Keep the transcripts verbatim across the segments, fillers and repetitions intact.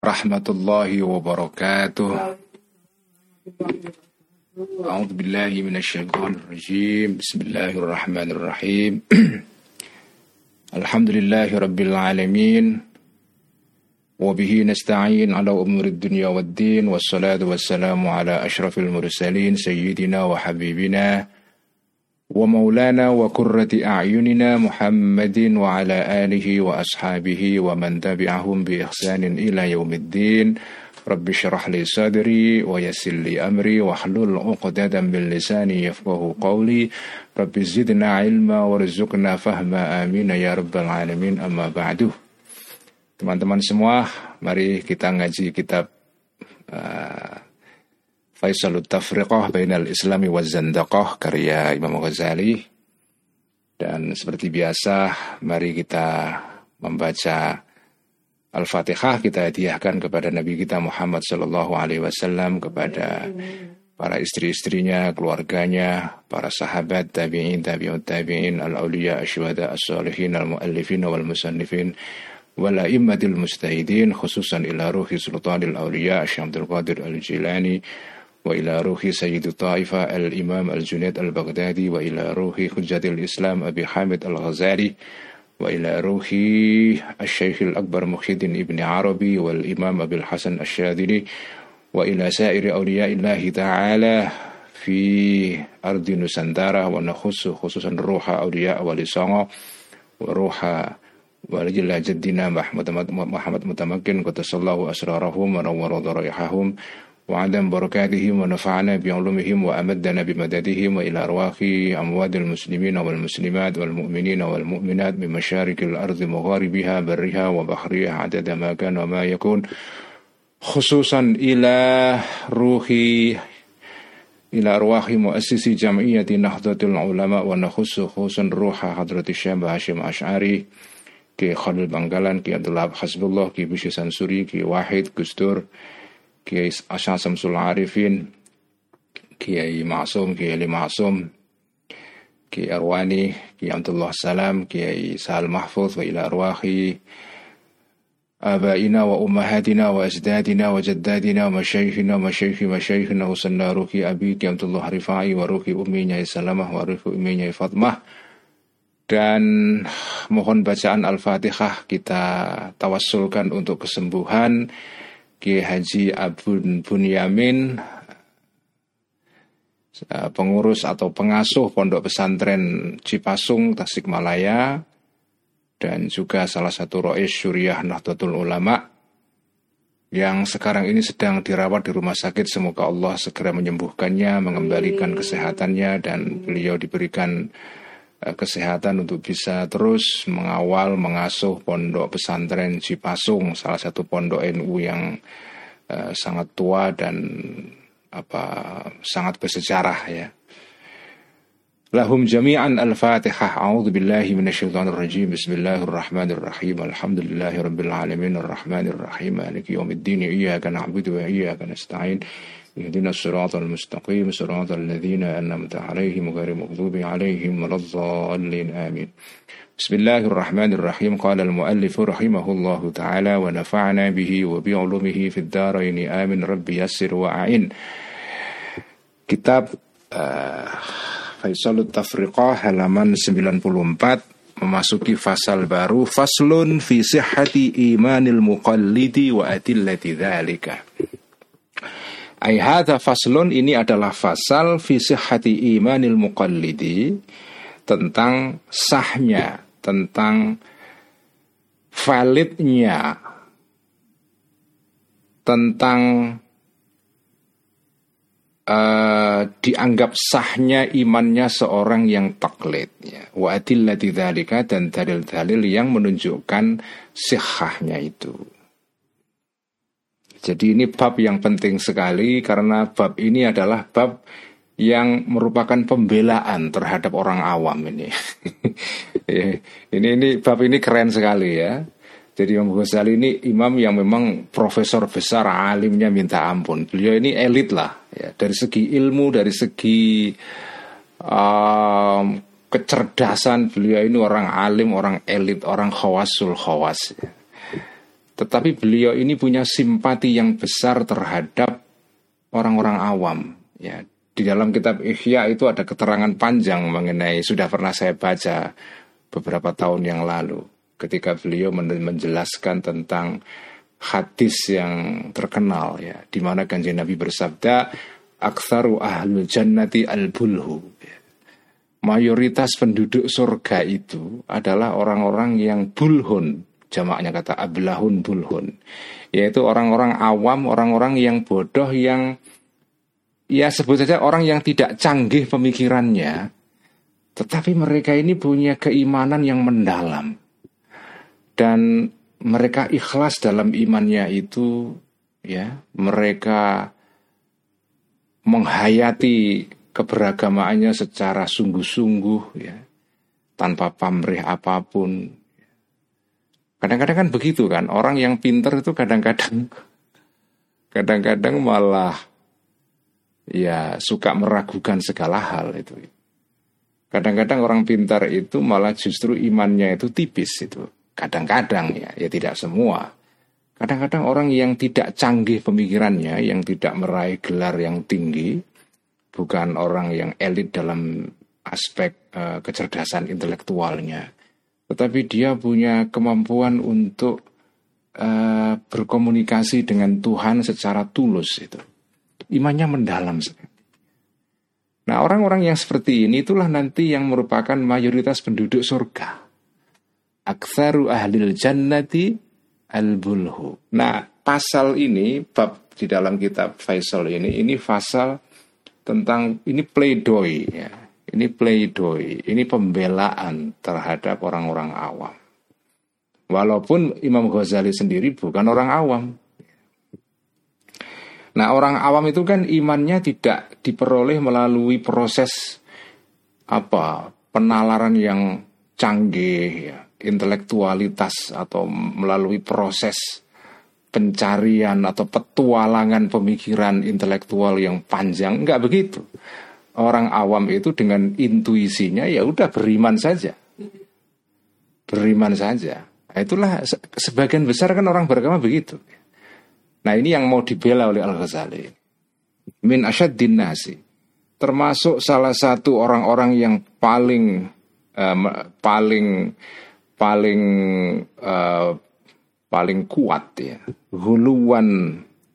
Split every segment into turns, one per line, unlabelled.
Rahmatullahi wabarakatuh. A'udzu billahi minasyaitonir rajim. Bismillahirrahmanirrahim. Alhamdulillahi rabbil alamin. Wa bihi nasta'in ala umurid dunya waddin. Wassalatu wassalamu ala asyrafil mursalin sayyidina wa habibina wa maulana wa qurrati a'yunina Muhammadin wa ala alihi wa ashabihi wa man tabi'ahum bi ihsanin ila yaumiddin. Rabbi syrah li sadri wa yassir li amri wa hlul 'uqdatam min lisani yafqahu qawli. Rabbi zidna ilma warzuqna fahma, amin ya rabbal alamin. Amma ba'du. Teman-teman semua, mari kita ngaji kitab uh, Faisalut Tafriqah Bainal Islami wa Zandaqah karya Imam Ghazali. Dan seperti biasa, mari kita membaca Al-Fatihah, kita hadiahkan kepada Nabi kita Muhammad sallallahu alaihi wasallam, kepada para istri-istrinya, keluarganya, para sahabat, tabi'in, tabi'ut tabi'in, al-awliya, asyuhada, as-salihin, al-muallifin wal musannifin wal a'immatil mustahidin, khususan ila ruhi sultanil awliya Syekh Abdul Qadir Al-Jilani, wa ila ruhi Sayyidu Ta'ifa al-Imam al-Junaid al-Baghdadi, wa ila ruhi Hujjatil Islam Abi Hamid al-Ghazali, wa ila ruhi al-Syeikh al-Akbar Muhyiddin Ibn Arabi wal Imam Abil Hasan al-Syadili, wa ila sairi awliya'illahi ta'ala fi ardi Nusantara, wa nakhussu khususan ruha awliya' wali songo wa ruha walijillah jaddina Muhammad Mutamakin qatasallahu asrarahum wa nawwara dharaihahum wa adam barakatihim wa nafa'ana bi'ulumihim wa amaddana bimadadihim, wa ila arwahi amwadil muslimin wal muslimat wal mu'minin wal mu'minat min masyarikil ardi magharibiha barriha wa bahriha adada ma kana wa ma yakun, khususan ila ruhi ila arwahi muassisi jam'iyyati Nahdlatul Ulama, wa nakhussu khususan ruha hadratis Syekh Hashim Asy'ari, Ki Khalil Bangkalan, Ki Abdullah Hasbullah, Ki Bisri Sansuri, Ki Wahid Gustur, Kiai Asy'ar Samsul Arifin, Kiai Ma'sum, Kiai Ali Ma'sum, Kiai Arwani, Kiai Abdullah Salam, Kiai Sahal Mahfuz, wa ila arwahi abaina wa ummahatina wa ajdadina wa jaddadina wa masyayikhina wa masyayikhi masyayikhina wa sanna ruhi abi Kiai Abdullah Rifai, wa ruhi ummi Nyai Salamah, wa ruhi ummi Nyai Fatmah. Dan mohon bacaan Al-Fatihah kita tawassulkan untuk kesembuhan Kiai Haji Abun Bunyamin, pengurus atau pengasuh Pondok Pesantren Cipasung, Tasikmalaya, dan juga salah satu Rois Syuriah Nahdlatul Ulama yang sekarang ini sedang dirawat di rumah sakit. Semoga Allah segera menyembuhkannya, mengembalikan kesehatannya, dan beliau diberikan kesehatan untuk bisa terus mengawal, mengasuh Pondok Pesantren Cipasung, salah satu pondok N U yang uh, sangat tua dan apa sangat bersejarah ya. Lahum jami'an al-Fatihah. A'udzu billahi minasyaitonir rajim. Bismillahirrahmanirrahim. Alhamdulillahirabbil alamin arrahmanir rahim maliki yaumiddin. Iyyaka na'budu wa iyyaka nasta'in. اهدنا الصراط المستقيم صراط الذين أنعمت عليهم غير المغضوب عليهم ولا الضالين آمين. بسم الله الرحمن الرحيم. قال المؤلف رحمه الله تعالى ونفعنا به وبعلومه في الدارين آمين رب يسر وأعين. Kitab uh, Faisalut Tafriqah halaman sembilan puluh empat memasuki fasal baru, faslun fi sihhati imanil muqallidi wa adillati dzalika. Ai hadza faslun, ini adalah fasal fi sihhati imanil muqallidi, tentang sahnya, tentang validnya, tentang uh, dianggap sahnya imannya seorang yang taklid ya. Wa adillati dzalika, dan dalil-dalil yang menunjukkan sihhahnya itu. Jadi ini bab yang penting sekali, karena bab ini adalah bab yang merupakan pembelaan terhadap orang awam ini. ini ini bab ini keren sekali ya. Jadi Imam Ghazali ini imam yang memang profesor besar, alimnya minta ampun. Beliau ini elit lah ya, dari segi ilmu, dari segi um, kecerdasan. Beliau ini orang alim, orang elit, orang khawasul khawas ya. tetapi beliau ini punya simpati yang besar terhadap orang-orang awam. Ya, di dalam kitab Ihya itu ada keterangan panjang mengenai, sudah pernah saya baca beberapa tahun yang lalu, ketika beliau menjelaskan tentang hadis yang terkenal, ya, di mana Kanjeng Nabi bersabda, aktsaru ahlul jannati al-bulhu. Mayoritas penduduk surga itu adalah orang-orang yang bulhun, jamaknya kata ablahun bulhun, yaitu orang-orang awam, orang-orang yang bodoh, yang ya sebut saja orang yang tidak canggih pemikirannya, tetapi mereka ini punya keimanan yang mendalam dan mereka ikhlas dalam imannya itu, ya, mereka menghayati keberagamaannya secara sungguh-sungguh, ya, tanpa pamrih apapun. Kadang-kadang kan begitu kan, orang yang pintar itu kadang-kadang kadang-kadang malah ya suka meragukan segala hal itu. Kadang-kadang orang pintar itu malah justru imannya itu tipis itu. Kadang-kadang ya, ya tidak semua. Kadang-kadang orang yang tidak canggih pemikirannya, yang tidak meraih gelar yang tinggi, bukan orang yang elit dalam aspek uh, kecerdasan intelektualnya, tetapi dia punya kemampuan untuk uh, berkomunikasi dengan Tuhan secara tulus itu. Imannya mendalam sekali. Nah, orang-orang yang seperti ini itulah nanti yang merupakan mayoritas penduduk surga. Aktsaru ahlil jannati al-bulhu. Nah, pasal ini, bab di dalam kitab Faisal ini, ini pasal tentang, ini pledoi, ya. Ini pledoi, ini pembelaan terhadap orang-orang awam. Walaupun Imam Ghazali sendiri bukan orang awam. Nah, orang awam itu kan imannya tidak diperoleh melalui proses apa, penalaran yang canggih, ya, intelektualitas, atau melalui proses pencarian atau petualangan pemikiran intelektual yang panjang. Enggak begitu. Orang awam itu dengan intuisinya ya udah beriman saja. Beriman saja. Nah, itulah sebagian besar kan orang beragama begitu. Nah, ini yang mau dibela oleh Al-Ghazali. Min asyaddin nasi. Termasuk salah satu orang-orang yang paling um, paling paling uh, paling kuat, ya, huluan,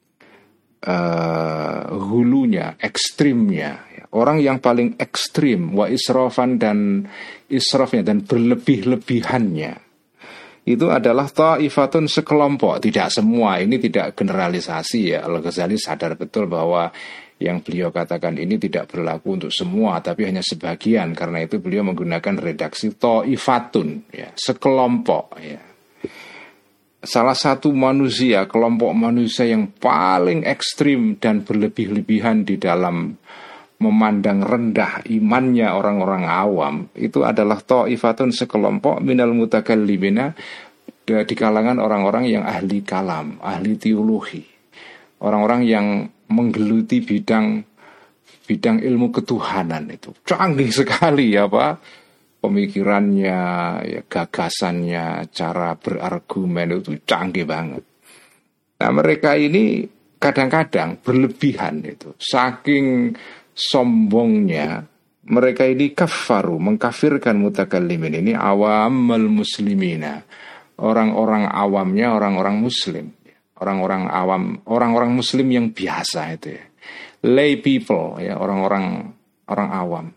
uh, hulunya, ekstrimnya, ya. Orang yang paling ekstrim, wa israfan, dan israfnya dan berlebih-lebihannya, itu adalah ta'ifatun, sekelompok. Tidak semua, ini tidak generalisasi, ya. Al-Ghazali sadar betul bahwa yang beliau katakan ini tidak berlaku untuk semua, tapi hanya sebagian. Karena itu beliau menggunakan redaksi ta'ifatun, ya, sekelompok, ya. Salah satu manusia, kelompok manusia yang paling ekstrim dan berlebih-lebihan di dalam memandang rendah imannya orang-orang awam, itu adalah ta'ifatun, sekelompok minal mutakallimina, di kalangan orang-orang yang ahli kalam, ahli teologi, orang-orang yang menggeluti bidang bidang ilmu ketuhanan. Itu canggih sekali, ya Pak, pemikirannya, ya, gagasannya, cara berargumen itu canggih banget. Nah, mereka ini kadang-kadang berlebihan itu. Saking sombongnya, mereka ini kafaru, mengkafirkan mutakallimin ini awamal muslimina, orang-orang awamnya, orang-orang muslim, orang-orang awam, orang-orang muslim yang biasa itu, ya, lay people, ya, orang-orang orang awam.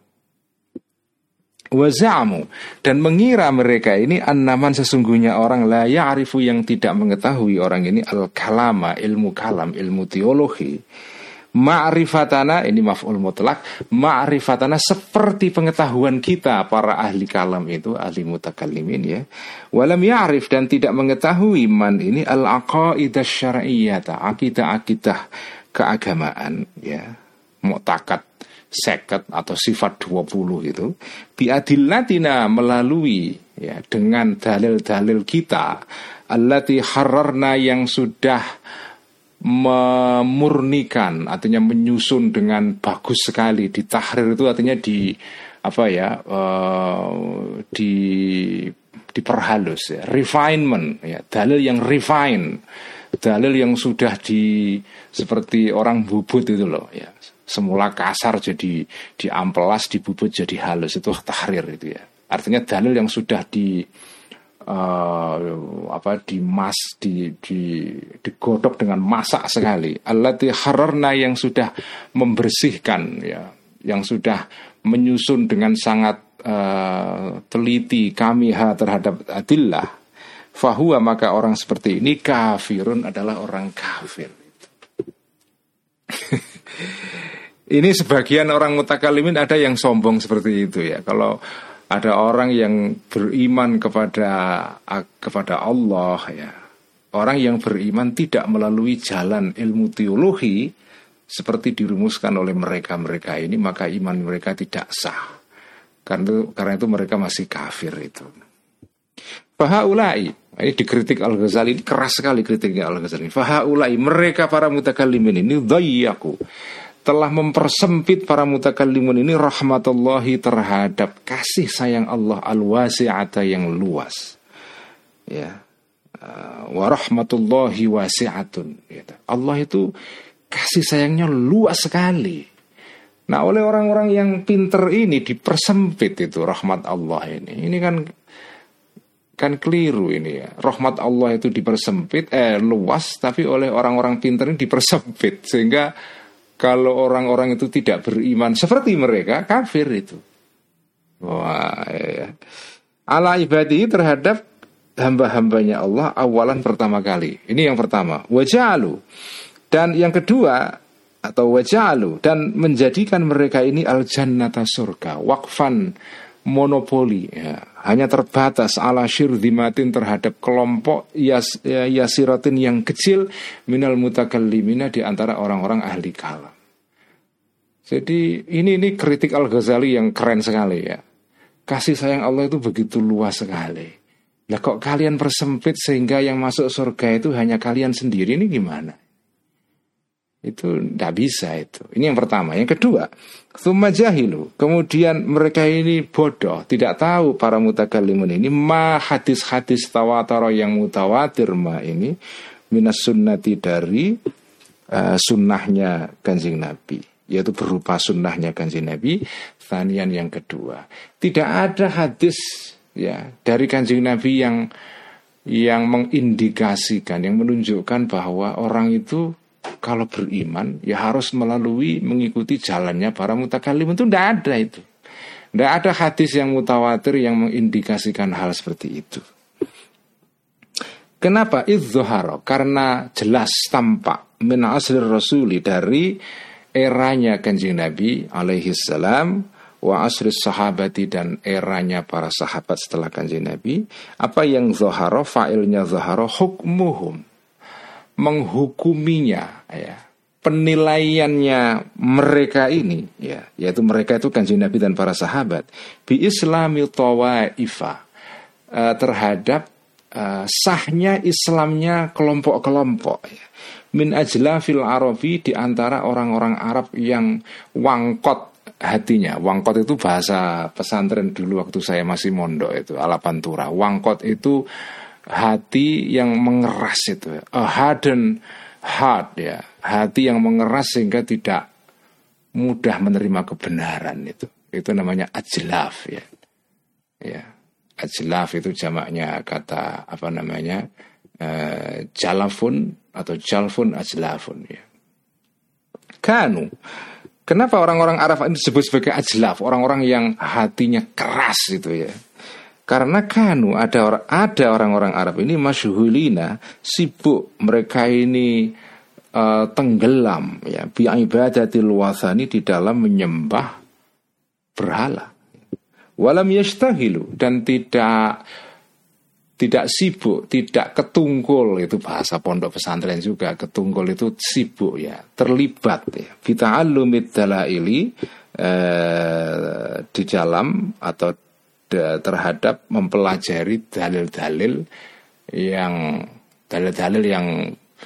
Waza'amu, dan mengira mereka ini annaman, sesungguhnya orang la ya'rifu, yang tidak mengetahui orang ini al-kalama, ilmu kalam, ilmu teologi, ma'rifatana, ini maf'ul mutlak, ma'rifatana, seperti pengetahuan kita para ahli kalam itu, ahli mutakallimin, ya. Walam ya'rif, dan tidak mengetahui man ini al-aqaidah syar'iyyata, akidah-akidah keagamaan, ya, mu'taqad seket atau sifat dua puluh itu, biadillatina, melalui, ya, dengan dalil-dalil kita, allati hararna, yang sudah memurnikan, artinya menyusun dengan bagus sekali. Di tahrir itu artinya di apa, ya, uh, di diperhalus ya, refinement ya, dalil yang refine, dalil yang sudah di seperti orang bubut itu loh ya. Semula kasar jadi diamplas, dibubut jadi halus, itu tahrir itu ya. Artinya dalil yang sudah di uh, apa dimas di di digodok dengan masak sekali. Allati hararna, yang sudah membersihkan ya, yang sudah menyusun dengan sangat Uh, teliti kami ha terhadap adillah, fahuwa, maka orang seperti ini kafirun, adalah orang kafir. Ini sebagian orang mutakalimin ada yang sombong seperti itu ya. Kalau ada orang yang beriman kepada kepada Allah ya, orang yang beriman tidak melalui jalan ilmu teologi seperti dirumuskan oleh mereka-mereka ini, maka iman mereka tidak sah. Karena itu, karena itu mereka masih kafir itu. Fahaulai, ini dikritik Al-Ghazali, ini keras sekali kritiknya Al-Ghazali. Fahaulai, mereka para mutakallimin ini dhayyaku, telah mempersempit para mutakallimun ini rahmatullahi, terhadap kasih sayang Allah al-wasi'ata, yang luas. Ya. Wa rahmatullahi wasi'atun. Allah itu kasih sayangnya luas sekali. Nah, oleh orang-orang yang pinter ini dipersempit itu rahmat Allah ini. Ini kan kan keliru ini ya. Rahmat Allah itu dipersempit, eh luas, tapi oleh orang-orang pinter ini dipersempit, sehingga kalau orang-orang itu tidak beriman seperti mereka, kafir itu. Wah, ya. Ala ibadihi, terhadap hamba-hambanya Allah, awalan, pertama kali. Ini yang pertama. Waja'alu, dan yang kedua, atau waja'alu, dan menjadikan mereka ini al-jannata, surga, waqfan, monopoli ya, hanya terbatas ala syirzimatin, terhadap kelompok yas, ya, yasiratin, yang kecil, minal mutakallimina, di antara orang-orang ahli kalam. Jadi ini ini kritik Al-Ghazali yang keren sekali ya. Kasih sayang Allah itu begitu luas sekali. Lah kok kalian persempit sehingga yang masuk surga itu hanya kalian sendiri, ini gimana? Itu tidak bisa itu. Ini yang pertama. Yang kedua, tsumma jahilu, kemudian mereka ini bodoh, tidak tahu para mutakallimun ini ma hadis-hadis tawatara, yang mutawatir ma ini minas sunnati, dari uh, sunnahnya Kanjeng Nabi, yaitu berupa sunnahnya Kanjeng Nabi. Tsanian, yang kedua, tidak ada hadis ya dari Kanjeng Nabi yang yang mengindikasikan, yang menunjukkan bahwa orang itu kalau beriman ya harus melalui mengikuti jalannya para mutakallim. Itu tidak ada itu. Tidak ada hadis yang mutawatir yang mengindikasikan hal seperti itu. Kenapa? Idzuhara, karena jelas tampak min aslir rasuli, dari eranya Kanjeng Nabi alaihi salam, wa asris sahabati, dan eranya para sahabat setelah Kanjeng Nabi. Apa yang zuhara? Fa'ilnya zuhara, hukmuhum, menghukuminya ya, penilaiannya mereka ini ya, yaitu mereka itu Kanjeng Nabi dan para sahabat, bi islami tawaifa, uh, terhadap uh, sahnya Islamnya kelompok-kelompok ya. Min ajlafil arabi, di antara orang-orang Arab yang wangkot hatinya. Wangkot itu bahasa pesantren dulu waktu saya masih mondok itu, ala pantura. Wangkot itu hati yang mengeras itu, a hardened heart ya, hati yang mengeras sehingga tidak mudah menerima kebenaran itu. Itu namanya ajlaf ya. Ya, ajlaf itu jamaknya kata apa namanya? Uh, jalafun atau jalfun, ajlafun ya. Kanu, kenapa orang-orang Arab ini disebut sebagai ajlaf, orang-orang yang hatinya keras itu ya? Karena kanu, ada orang, ada orang-orang Arab ini masyhulina, sibuk, mereka ini uh, tenggelam ya, bi ibadatil wathani, di dalam menyembah berhala. Walam yastahilu, dan tidak tidak sibuk, tidak ketungkul, itu bahasa pondok pesantren juga, ketungkul itu sibuk ya, terlibat ya, bi ta'allumid dalaili, uh, di dalam atau terhadap mempelajari dalil-dalil yang dalil-dalil yang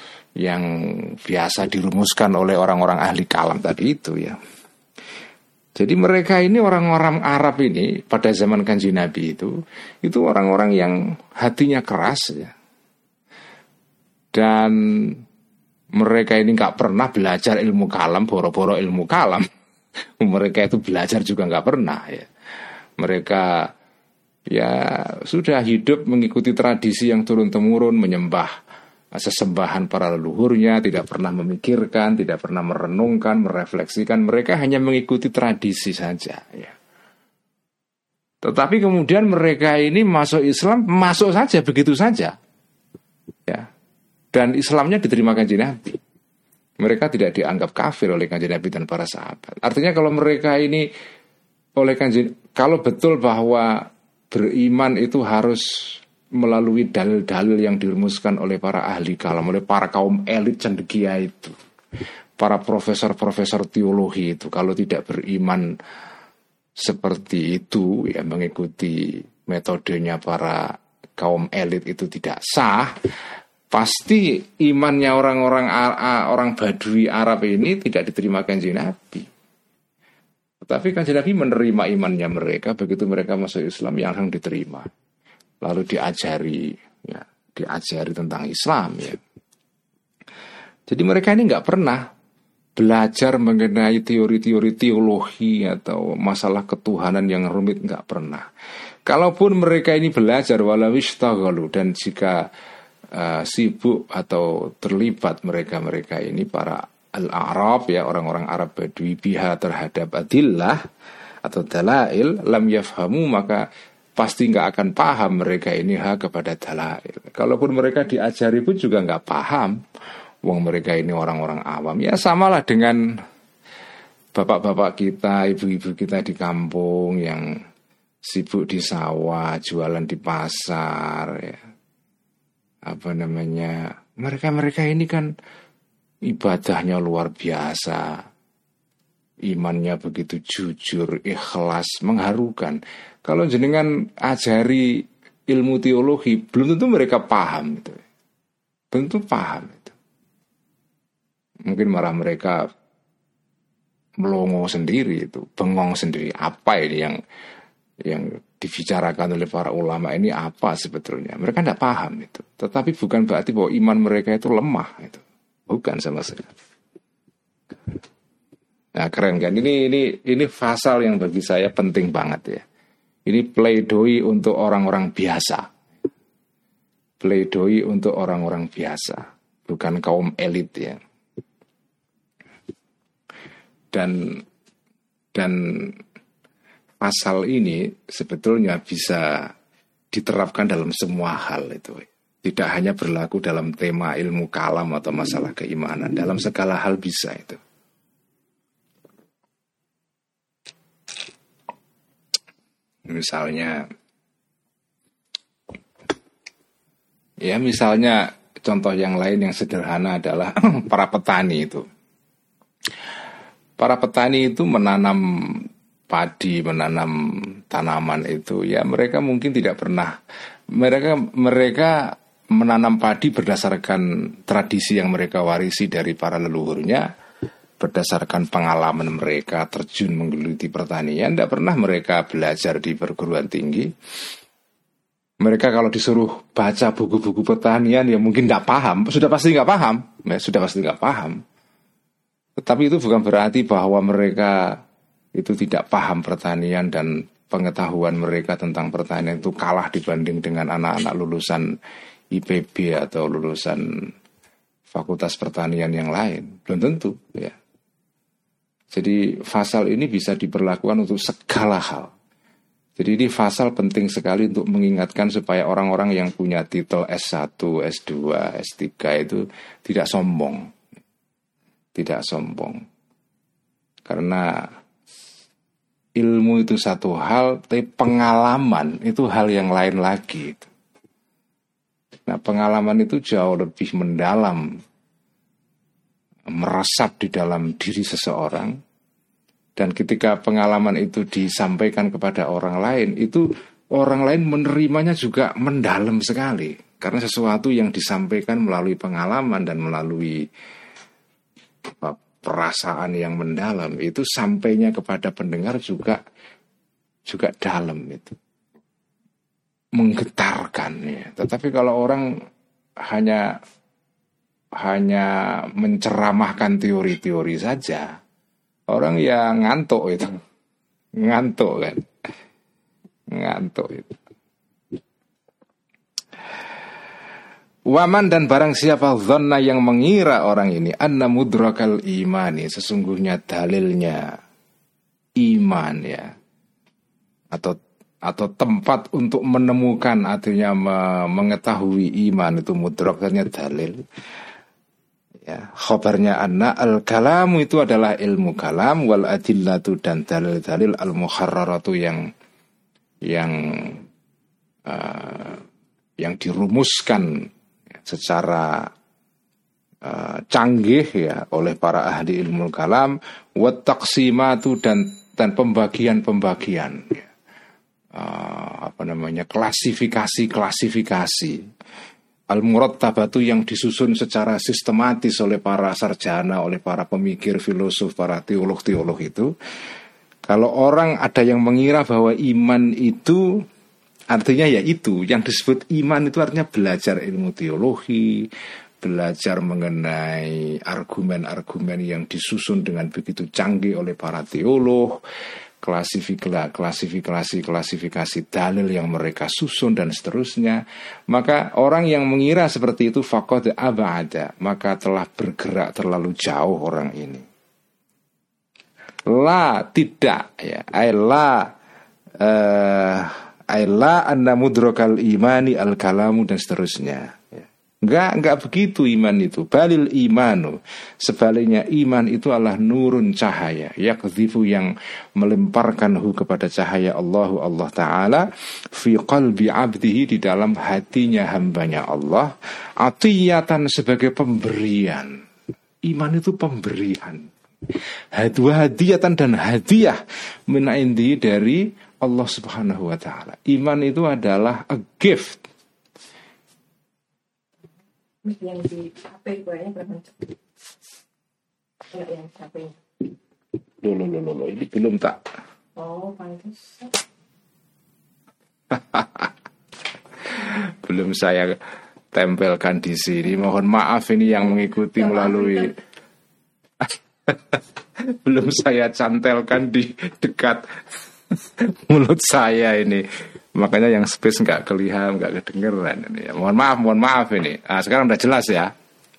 yang biasa dirumuskan oleh orang-orang ahli kalam tadi itu ya. Jadi mereka ini orang-orang Arab ini pada zaman Kanjeng Nabi itu itu orang-orang yang hatinya keras ya. Dan mereka ini nggak pernah belajar ilmu kalam, boro-boro ilmu kalam. Mereka itu belajar juga nggak pernah ya. Mereka ya sudah hidup mengikuti tradisi yang turun-temurun, menyembah sesembahan para leluhurnya, tidak pernah memikirkan, tidak pernah merenungkan, merefleksikan. Mereka hanya mengikuti tradisi saja ya. Tetapi kemudian mereka ini masuk Islam, masuk saja, begitu saja ya. Dan Islamnya diterima Kanjeng Nabi. Mereka tidak dianggap kafir oleh Kanjeng Nabi dan para sahabat. Artinya kalau mereka ini oleh Kanjeng, kalau betul bahwa beriman itu harus melalui dalil-dalil yang dirumuskan oleh para ahli kalam, oleh para kaum elit cendekia itu, para profesor-profesor teologi itu, kalau tidak beriman seperti itu, ya mengikuti metodenya para kaum elit itu tidak sah, pasti imannya orang-orang orang Badui Arab ini tidak diterima Kanjeng Nabi. Tetapi Kanjeng Nabi menerima imannya mereka, begitu mereka masuk Islam yang langsung diterima. Lalu diajari, ya, diajari tentang Islam, ya. Jadi mereka ini nggak pernah belajar mengenai teori-teori teologi atau masalah ketuhanan yang rumit, nggak pernah. Kalaupun mereka ini belajar walawishtaghalu, dan jika uh, sibuk atau terlibat mereka-mereka ini para al-Arab, ya, orang-orang Arab Badui biha terhadap adillah atau dalail lam yafhamu, maka pasti nggak akan paham mereka ini hak kepada dalail. Kalaupun mereka diajari pun juga nggak paham. Wong mereka ini orang-orang awam. Ya samalah dengan bapak-bapak kita, ibu-ibu kita di kampung yang sibuk di sawah, jualan di pasar, ya. Apa namanya? Mereka-mereka ini kan ibadahnya luar biasa. Imannya begitu jujur, ikhlas, mengharukan. Kalau jenengan ajari ilmu teologi, belum tentu mereka paham itu. Belum tentu paham itu. Mungkin malah mereka melongo sendiri itu, bengong sendiri. Apa ini yang yang dibicarakan oleh para ulama ini apa sebetulnya? Mereka tidak paham itu. Tetapi bukan berarti bahwa iman mereka itu lemah itu. Bukan sama sekali. Nah, keren kan? Ini ini ini pasal yang bagi saya penting banget ya. Ini pledoi untuk orang-orang biasa. Pledoi untuk orang-orang biasa, bukan kaum elit ya. Dan dan pasal ini sebetulnya bisa diterapkan dalam semua hal itu. Tidak hanya berlaku dalam tema ilmu kalam atau masalah keimanan, dalam segala hal bisa itu. Misalnya, ya misalnya contoh yang lain yang sederhana adalah para petani itu. Para petani itu menanam padi, menanam tanaman itu, ya mereka mungkin tidak pernah, mereka mereka menanam padi berdasarkan tradisi yang mereka warisi dari para leluhurnya, berdasarkan pengalaman mereka terjun menggeluti pertanian. Tidak pernah mereka belajar di perguruan tinggi. Mereka kalau disuruh baca buku-buku pertanian ya mungkin tidak paham, sudah pasti nggak paham, ya, sudah pasti nggak paham. Tetapi itu bukan berarti bahwa mereka itu tidak paham pertanian dan pengetahuan mereka tentang pertanian itu kalah dibanding dengan anak-anak lulusan I P B atau lulusan fakultas pertanian yang lain. Belum tentu, ya. Jadi pasal ini bisa diberlakukan untuk segala hal. Jadi ini pasal penting sekali untuk mengingatkan supaya orang-orang yang punya titel S satu, S dua, S tiga itu tidak sombong. Tidak sombong. Karena ilmu itu satu hal, tapi pengalaman itu hal yang lain lagi. Nah, pengalaman itu jauh lebih mendalam, meresap di dalam diri seseorang. Dan ketika pengalaman itu disampaikan kepada orang lain, itu orang lain menerimanya juga mendalam sekali. Karena sesuatu yang disampaikan melalui pengalaman dan melalui perasaan yang mendalam, itu sampainya kepada pendengar juga juga dalam itu. Menggetarkan ya. Tetapi kalau orang hanya hanya menceramahkan teori-teori saja, orang yang ngantuk itu. Ngantuk kan. Ngantuk itu. Waman dan barang siapa dhanna yang mengira orang ini anna mudrakal imani, sesungguhnya dalilnya iman ya, atau atau tempat untuk menemukan, artinya mengetahui iman itu mudrak, artinya dalil ya. Khabarnya anna al-kalamu itu adalah ilmu kalam, wal adillatu dan dalil-dalil al-muharraratu yang yang uh, yang dirumuskan secara uh, canggih ya oleh para ahli ilmu kalam, wa taqsimatu dan dan pembagian-pembagian ya. Uh, apa namanya klasifikasi-klasifikasi al-murattabatu yang disusun secara sistematis oleh para sarjana, oleh para pemikir, filosof, para teolog-teolog itu. Kalau orang ada yang mengira bahwa iman itu artinya ya itu yang disebut iman itu artinya belajar ilmu teologi, belajar mengenai argumen-argumen yang disusun dengan begitu canggih oleh para teolog, klasifikasi klasifikasi klasifikasi dalil yang mereka susun dan seterusnya. Maka orang yang mengira seperti itu faqad ab'ada, maka telah bergerak terlalu jauh orang ini. La tidak ya, ay la uh, ay la anna mudrakal imani al kalamu dan seterusnya ya. Enggak, enggak begitu iman itu. Balil imanu, sebaliknya iman itu adalah nurun, cahaya, yakdzifu yang melemparkan hu kepada cahaya Allahu Allah Ta'ala fi qalbi abdihi, di dalam hatinya hambanya Allah, atiyatan sebagai pemberian. Iman itu pemberian, hadwa hadiyatan dan hadiah min indi dari Allah Subhanahu wa Ta'ala. Iman itu adalah a gift.
Yang di H P gue berapa? Enggak yang H P.
Loh, loh, loh, loh, ini belum tak.
Oh, pantas.
Belum saya tempelkan di sini. Mohon maaf ini yang mengikuti melalui. Belum saya cantelkan di dekat mulut saya ini. Makanya yang space nggak kelihatan, nggak kedengeran ini. Ya. Mohon maaf, mohon maaf ini. Nah, sekarang udah jelas ya.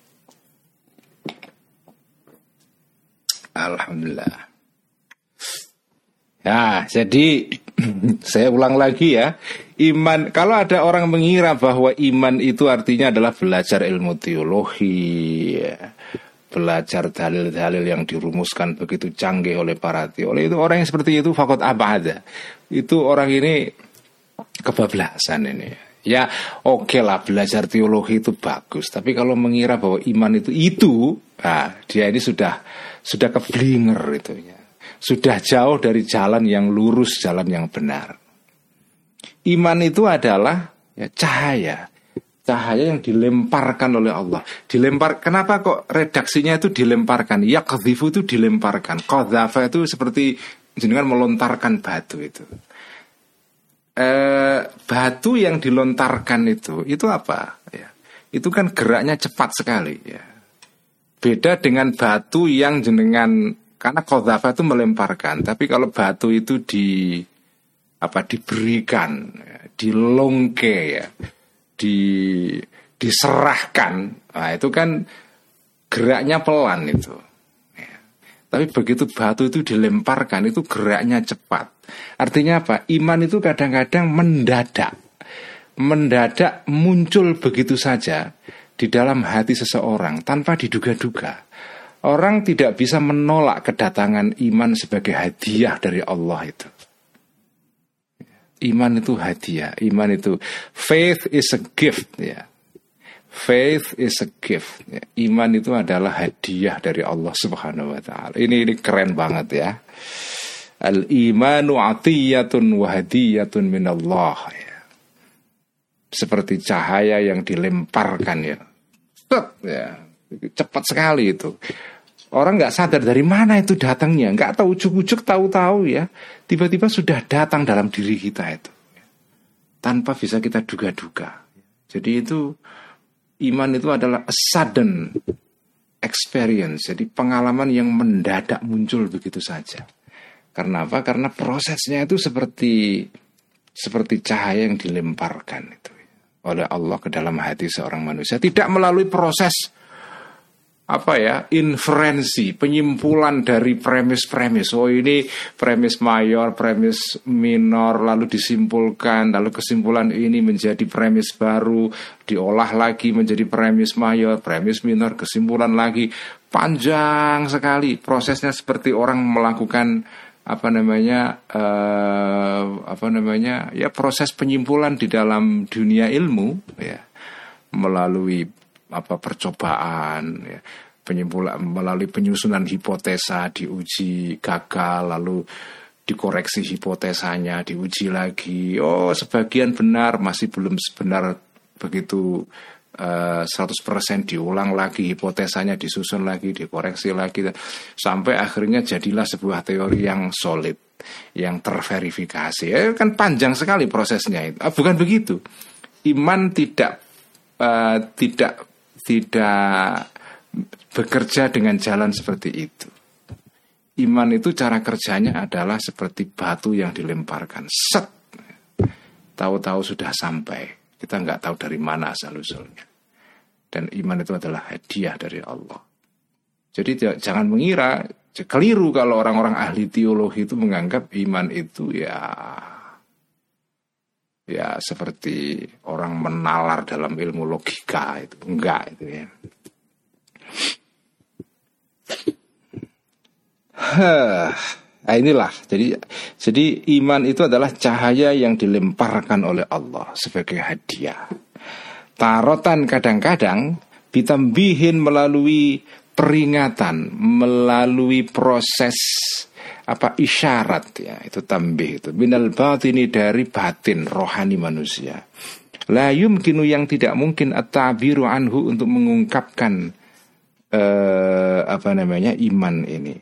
Alhamdulillah. Ya, jadi saya ulang lagi ya. Iman, kalau ada orang mengira bahwa iman itu artinya adalah belajar ilmu teologi, ya, belajar dalil-dalil yang dirumuskan begitu canggih oleh para teolog, itu orang yang seperti itu faqad ab'ada. Itu orang ini kebablasan ini. Ya oke okay lah, belajar teologi itu bagus, tapi kalau mengira bahwa iman itu itu, nah, dia ini sudah sudah keblinger itu ya. Sudah jauh dari jalan yang lurus, jalan yang benar. Iman itu adalah ya, cahaya. Cahaya yang dilemparkan oleh Allah. Dilempar, kenapa kok redaksinya itu dilemparkan? Yaqdhifu itu dilemparkan. Qadzafa itu seperti jenengan melontarkan batu itu. Eh, batu yang dilontarkan itu itu apa ya, itu kan geraknya cepat sekali ya. Beda dengan batu yang jenengan, karena qadzafa itu melemparkan, tapi kalau batu itu di apa diberikan ya, dilongke ya, di diserahkan, nah itu kan geraknya pelan itu. Tapi begitu batu itu dilemparkan, itu geraknya cepat. Artinya apa? Iman itu kadang-kadang mendadak. Mendadak muncul begitu saja di dalam hati seseorang tanpa diduga-duga. Orang tidak bisa menolak kedatangan iman sebagai hadiah dari Allah itu. Iman itu hadiah. Iman itu, faith is a gift ya. Faith is a gift. Iman itu adalah hadiah dari Allah Subhanahu wa Ta'ala. Ini ini keren banget ya. Al-imanu atiyatun wa hadiyatun minallah ya. Seperti cahaya yang dilemparkan ya. Cet, ya. Cepat sekali itu. Orang nggak sadar dari mana itu datangnya, nggak tahu, ujuk-ujuk tahu-tahu ya, tiba-tiba sudah datang dalam diri kita itu, tanpa bisa kita duga-duga. Jadi itu iman itu adalah a sudden experience, jadi pengalaman yang mendadak muncul begitu saja. Karena apa? Karena prosesnya itu seperti seperti cahaya yang dilemparkan itu oleh Allah ke dalam hati seorang manusia, tidak melalui proses apa ya, inferensi, penyimpulan dari premis-premis. Oh ini premis mayor, premis minor, lalu disimpulkan, lalu kesimpulan ini menjadi premis baru, diolah lagi menjadi premis mayor, premis minor, kesimpulan lagi. Panjang sekali prosesnya, seperti orang melakukan apa namanya eh, apa namanya ya proses penyimpulan di dalam dunia ilmu ya, melalui apa percobaan ya, penyimpulan melalui penyusunan hipotesa, diuji gagal, lalu dikoreksi hipotesanya, diuji lagi, oh sebagian benar, masih belum benar begitu uh, seratus persen, diulang lagi hipotesanya, disusun lagi, dikoreksi lagi, sampai akhirnya jadilah sebuah teori yang solid, yang terverifikasi. Ya, kan panjang sekali prosesnya itu. Ah, bukan begitu. Iman tidak uh, tidak tidak bekerja dengan jalan seperti itu. Iman itu cara kerjanya adalah seperti batu yang dilemparkan, set, tahu-tahu sudah sampai. Kita nggak tahu dari mana asal-usulnya. Dan iman itu adalah hadiah dari Allah. Jadi jangan mengira, keliru kalau orang-orang ahli teologi itu menganggap iman itu ya ya seperti orang menalar dalam ilmu logika itu. Enggak itu ya. Nah inilah, jadi jadi iman itu adalah cahaya yang dilemparkan oleh Allah sebagai hadiah. Tarotan kadang-kadang ditambihin melalui peringatan, melalui proses apa isyarat ya, itu tambih itu. Minal batini, dari batin rohani manusia. La yumkinu, yang tidak mungkin, at-ta'biru anhu, untuk mengungkapkan eh, apa namanya iman ini,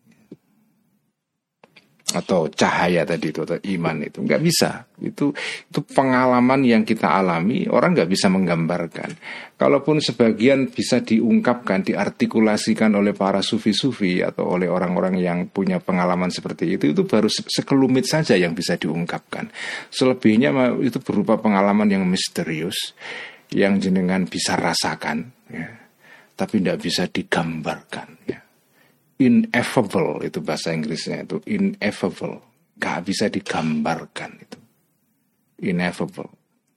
atau cahaya tadi itu, atau iman itu nggak bisa. Itu itu pengalaman yang kita alami, orang nggak bisa menggambarkan. Kalaupun sebagian bisa diungkapkan, diartikulasikan oleh para sufi-sufi atau oleh orang-orang yang punya pengalaman seperti itu, itu baru sekelumit saja yang bisa diungkapkan. Selebihnya itu berupa pengalaman yang misterius, yang jenengan bisa rasakan, ya, tapi tidak bisa digambarkan. Ya. Ineffable itu bahasa Inggrisnya, itu ineffable, gak bisa digambarkan itu, ineffable.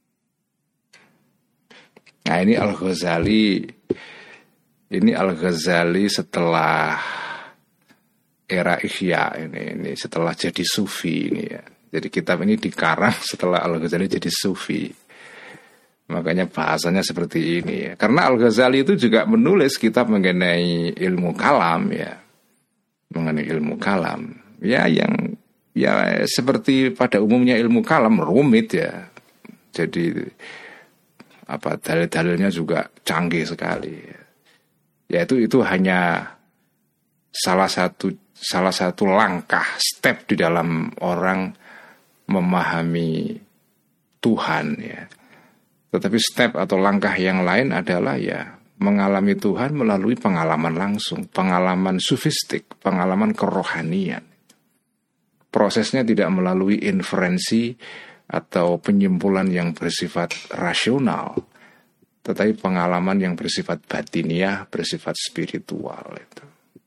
Nah ini Al-Ghazali, ini Al-Ghazali setelah era Ihya ini, ini setelah jadi sufi ini ya. Jadi kitab ini dikarang setelah Al-Ghazali jadi sufi. Makanya bahasanya seperti ini ya. Karena Al-Ghazali itu juga menulis kitab mengenai ilmu kalam ya. Mengenai ilmu kalam ya, yang ya seperti pada umumnya ilmu kalam rumit ya. Jadi apa dalil-dalilnya juga canggih sekali. Ya itu itu hanya salah satu salah satu langkah, step di dalam orang memahami Tuhan ya. Tetapi step atau langkah yang lain adalah ya mengalami Tuhan melalui pengalaman langsung, pengalaman sufistik, pengalaman kerohanian. Prosesnya tidak melalui inferensi atau penyimpulan yang bersifat rasional, tetapi pengalaman yang bersifat batiniah, bersifat spiritual itu.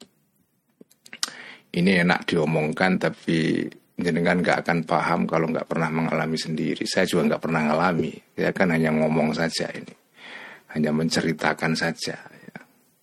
Ini enak diomongkan, tapi jenengan gak akan paham kalau gak pernah mengalami sendiri. Saya juga gak pernah mengalami, saya kan hanya ngomong saja ini. Hanya menceritakan saja ya.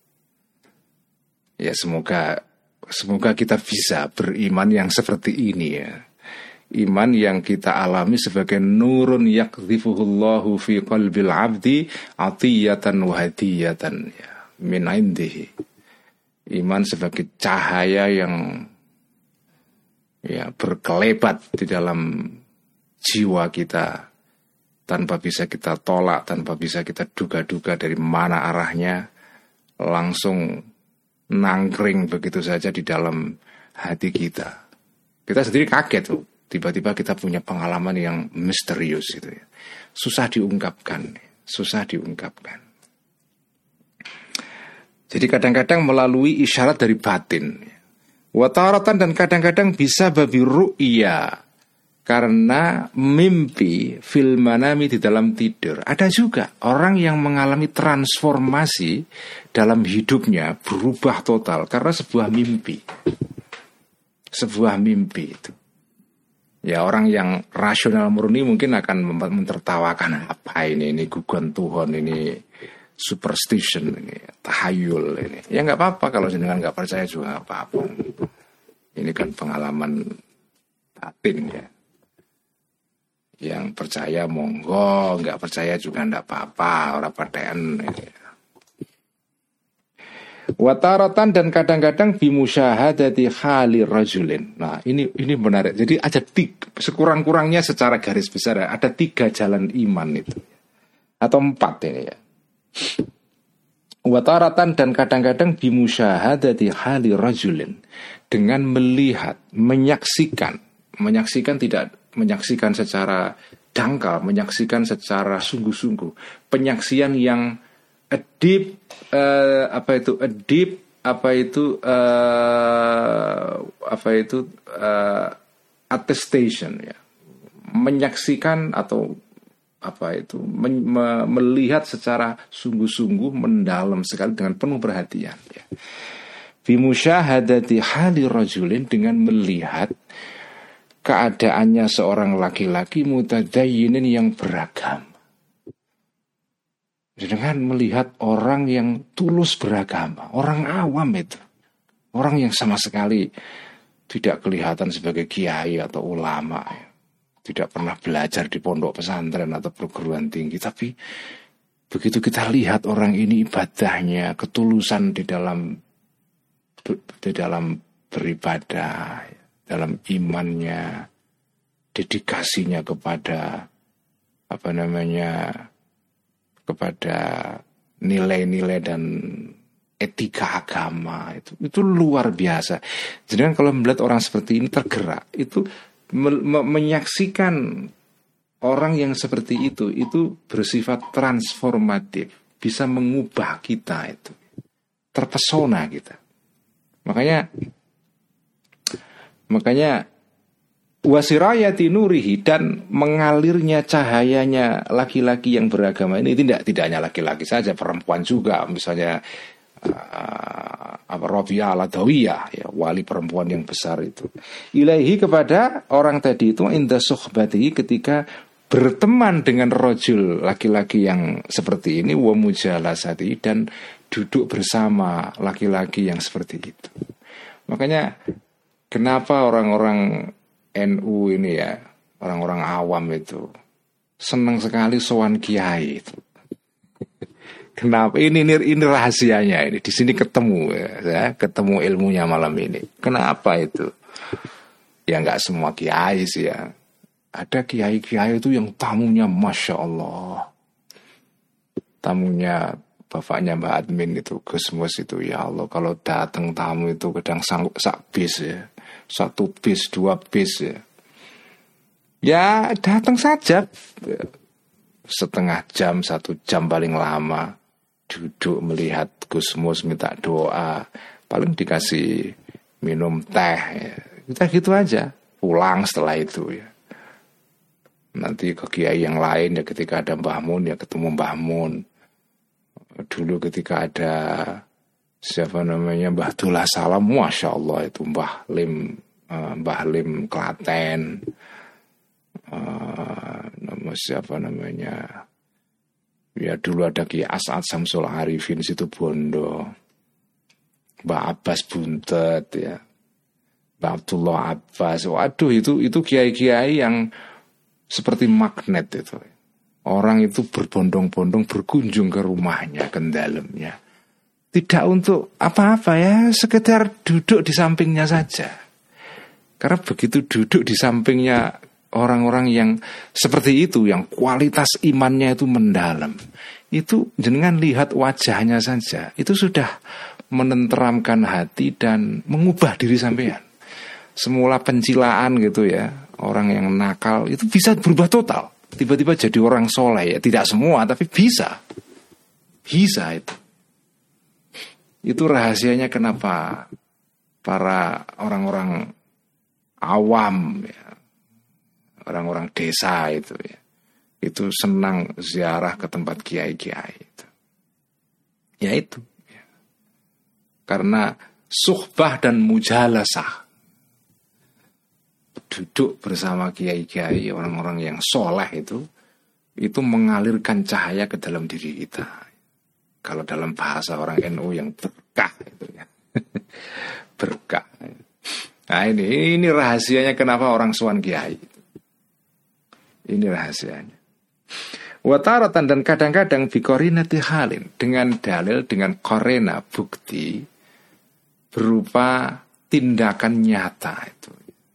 Ya semoga Semoga kita bisa beriman yang seperti ini ya. Iman yang kita alami sebagai nurun yakdhifuhullahu fi qalbil abdi atiyatan wa hadiyatan ya, min indihi. Iman sebagai cahaya yang ya berkelebat di dalam jiwa kita, tanpa bisa kita tolak, tanpa bisa kita duga-duga dari mana arahnya, langsung nangkring begitu saja di dalam hati kita. Kita sendiri kaget tuh, tiba-tiba kita punya pengalaman yang misterius gitu ya. Susah diungkapkan, susah diungkapkan. Jadi kadang-kadang melalui isyarat dari batin. Wataratan dan kadang-kadang bisa babi ru'ya, karena mimpi fil manami di dalam tidur. Ada juga orang yang mengalami transformasi dalam hidupnya, berubah total karena sebuah mimpi. Sebuah mimpi itu. Ya orang yang rasional murni mungkin akan mentertawakan, apa ini, ini gugon Tuhan, ini superstition, ini tahayul ini. Ya nggak apa-apa kalau jenengan nggak percaya juga nggak apa-apa. Ini kan pengalaman batin ya. Yang percaya monggo, nggak percaya juga nggak apa-apa, orang paten. Wataratan dan kadang-kadang bimusyahadati khali rajulin. Nah ini ini menarik. Jadi ada tiga, sekurang-kurangnya secara garis besar ada tiga jalan iman itu, atau empat ini ya. Wataratan dan kadang-kadang bimusyahadati khali rajulin, dengan melihat, menyaksikan, menyaksikan tidak menyaksikan secara dangkal, menyaksikan secara sungguh-sungguh, penyaksian yang a deep, uh, apa itu a deep, apa itu uh, apa itu uh, attestation ya, menyaksikan atau apa itu men, me, melihat secara sungguh-sungguh mendalam sekali dengan penuh perhatian ya. Bimusyahadati hali rajulin, dengan melihat keadaannya seorang laki-laki mutadayyinin yang beragama. Dengan melihat orang yang tulus beragama, orang awam itu, orang yang sama sekali tidak kelihatan sebagai kiai atau ulama, tidak pernah belajar di pondok pesantren atau perguruan tinggi, tapi begitu kita lihat orang ini ibadahnya, ketulusan di dalam di dalam beribadah, dalam imannya, dedikasinya kepada apa namanya, kepada nilai-nilai dan etika agama itu itu luar biasa. Jadi kalau melihat orang seperti ini tergerak, itu me- me- menyaksikan orang yang seperti itu itu bersifat transformatif, bisa mengubah kita, itu terpesona kita. Makanya Makanya wasirayati nurihi, dan mengalirnya cahayanya laki-laki yang beragama ini tidak tidak hanya laki-laki saja, perempuan juga. Misalnya uh, apa Rabi'ah al-Adawiyah ya, wali perempuan yang besar itu. Ilaihi, kepada orang tadi itu, inda suhbatihi, ketika berteman dengan rajul, laki-laki yang seperti ini, wa mujalasati, dan duduk bersama laki-laki yang seperti itu. Makanya kenapa orang-orang N U ini ya, orang-orang awam itu senang sekali sowan kiai itu. Kenapa? Ini, ini ini rahasianya ini. Di sini ketemu ya, ketemu ilmunya malam ini. Kenapa itu? Ya nggak semua kiai sih ya. Ada kiai-kiai itu yang tamunya masya Allah. Tamunya bapaknya Mbak Admin itu, Gus Mus itu, ya Allah, kalau datang tamu itu kadang sanggup sak bis ya. Satu bis, dua bis ya. Ya datang saja, setengah jam, satu jam paling lama, duduk melihat Gus Mus minta doa, paling dikasih minum teh ya. Kita gitu aja, pulang setelah itu ya. Nanti ke kiai yang lain ya, ketika ada Mbah Mun ya ketemu Mbah Mun. Dulu ketika ada siapa namanya Mbah Dullah Salam, masya Allah itu Mbah Lim, uh, Mbah Lim Klaten, uh, nama siapa namanya, ya dulu ada Ki As'ad Samsul Arifin situ Bondo, Mbah Abbas Buntet ya, Mbah Abdullah Abbas. Waduh, itu itu kiai-kiai yang seperti magnet itu. Orang itu berbondong-bondong berkunjung ke rumahnya, ke dalamnya. Tidak untuk apa-apa ya, sekedar duduk di sampingnya saja. Karena begitu duduk di sampingnya orang-orang yang seperti itu, yang kualitas imannya itu mendalam, itu jenengan lihat wajahnya saja, itu sudah menenteramkan hati dan mengubah diri sampean. Semula pencilaan gitu ya, orang yang nakal itu bisa berubah total, tiba-tiba jadi orang soleh ya. Tidak semua tapi bisa, bisa itu. Itu rahasianya kenapa para orang-orang awam ya, orang-orang desa itu ya, itu senang ziarah ke tempat kiai-kiai itu. Ya itu. Karena suhbah dan mujalasah, duduk bersama kiai-kiai, orang-orang yang soleh itu, itu mengalirkan cahaya ke dalam diri kita. Kalau dalam bahasa orang N U yang berkah itu ya, berkah. Nah ini ini rahasianya kenapa orang sowan kiai. Ini rahasianya. Wataratan dan kadang-kadang bikorinati halin, dengan dalil, dengan korena, bukti berupa tindakan nyata itu.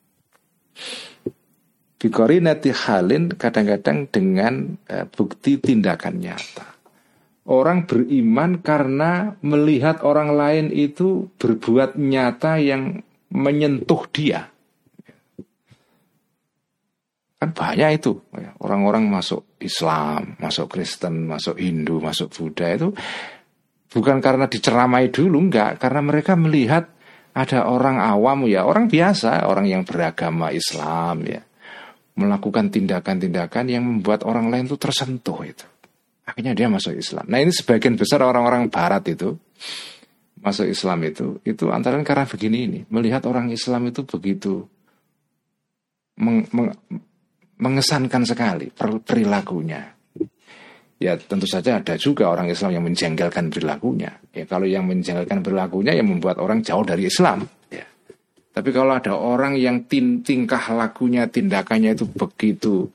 Bikorinati halin kadang-kadang dengan uh, bukti tindakan nyata. Orang beriman karena melihat orang lain itu berbuat nyata yang menyentuh dia. Kan banyak itu orang-orang masuk Islam, masuk Kristen, masuk Hindu, masuk Buddha itu bukan karena diceramai dulu, enggak, karena mereka melihat ada orang awam ya, orang biasa, orang yang beragama Islam ya, melakukan tindakan-tindakan yang membuat orang lain itu tersentuh itu. Akhirnya dia masuk Islam. Nah ini sebagian besar orang-orang Barat itu masuk Islam itu, itu antara karena begini ini, melihat orang Islam itu begitu meng, meng, mengesankan sekali perilakunya. Ya tentu saja ada juga orang Islam yang menjengkelkan perilakunya. Ya kalau yang menjengkelkan perilakunya yang membuat orang jauh dari Islam. Ya. Tapi kalau ada orang yang tin, tingkah lakunya, tindakannya itu begitu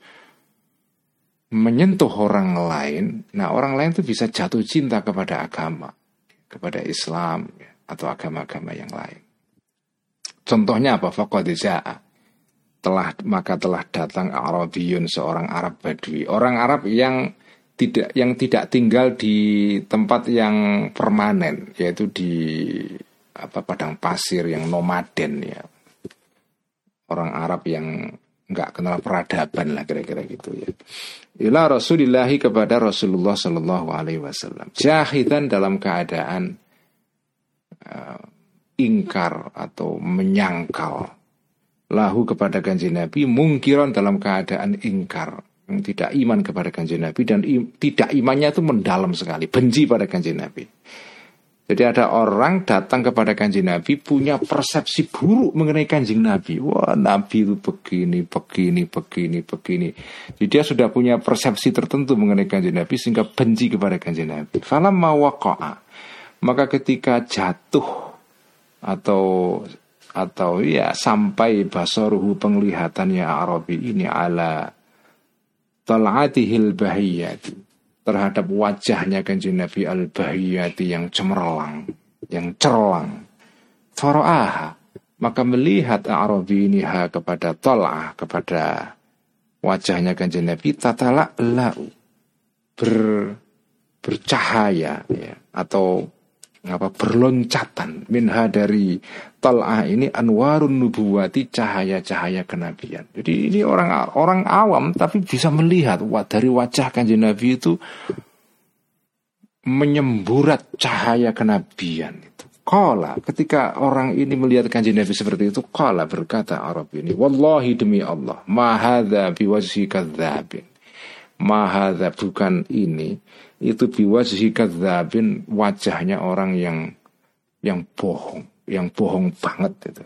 menyentuh orang lain, nah orang lain itu bisa jatuh cinta kepada agama, kepada Islam ya, atau agama-agama yang lain. Contohnya apa? Faqad jaa. Telah maka telah datang Arabiyun, seorang Arab Badui, orang Arab yang tidak yang tidak tinggal di tempat yang permanen, yaitu di apa padang pasir yang nomaden ya. Orang Arab yang enggak kenal peradaban lah kira-kira gitu ya. Ila Rasulillahi, kepada Rasulullah sallallahu alaihi wasallam. Jahidan, dalam keadaan uh, ingkar atau menyangkal, lahu kepada kanjeng Nabi, mungkiron, dalam keadaan ingkar, yang tidak iman kepada kanjeng Nabi, dan im, tidak imannya itu mendalam sekali, benci pada kanjeng Nabi. Jadi ada orang datang kepada kanjeng Nabi punya persepsi buruk mengenai kanjeng Nabi. Wah, Nabi itu begini, begini, begini, begini. Jadi dia sudah punya persepsi tertentu mengenai kanjeng Nabi sehingga benci kepada kanjeng Nabi. Falamma waqa'a, maka ketika jatuh atau atau ya sampai basaruhu, penglihatannya Arabi ini, ala tal'atihil bahiyati, terhadap wajahnya kanjeng Nabi al-bahiyati, yang cemerlang, yang cerlang. Fara'aha, maka melihat Arabi ini ha kepada tal'ah, kepada wajahnya kanjeng Nabi, tatala'la'u, ber bercahaya ya, atau apa berloncatan, minha, dari tal'ah ini, anwarun nubuwati, cahaya-cahaya kenabian. Jadi ini orang orang awam tapi bisa melihat wah, dari wajah kanjeng Nabi itu menyemburat cahaya kenabian itu. Qala, ketika orang ini melihat kanjeng Nabi seperti itu, qala, berkata Arab ini, wallahi, demi Allah, ma hadza biwajhi kadzabin, ma hadza, bukan ini, itu biwajhi kadzabin, wajahnya orang yang yang bohong, yang bohong banget itu.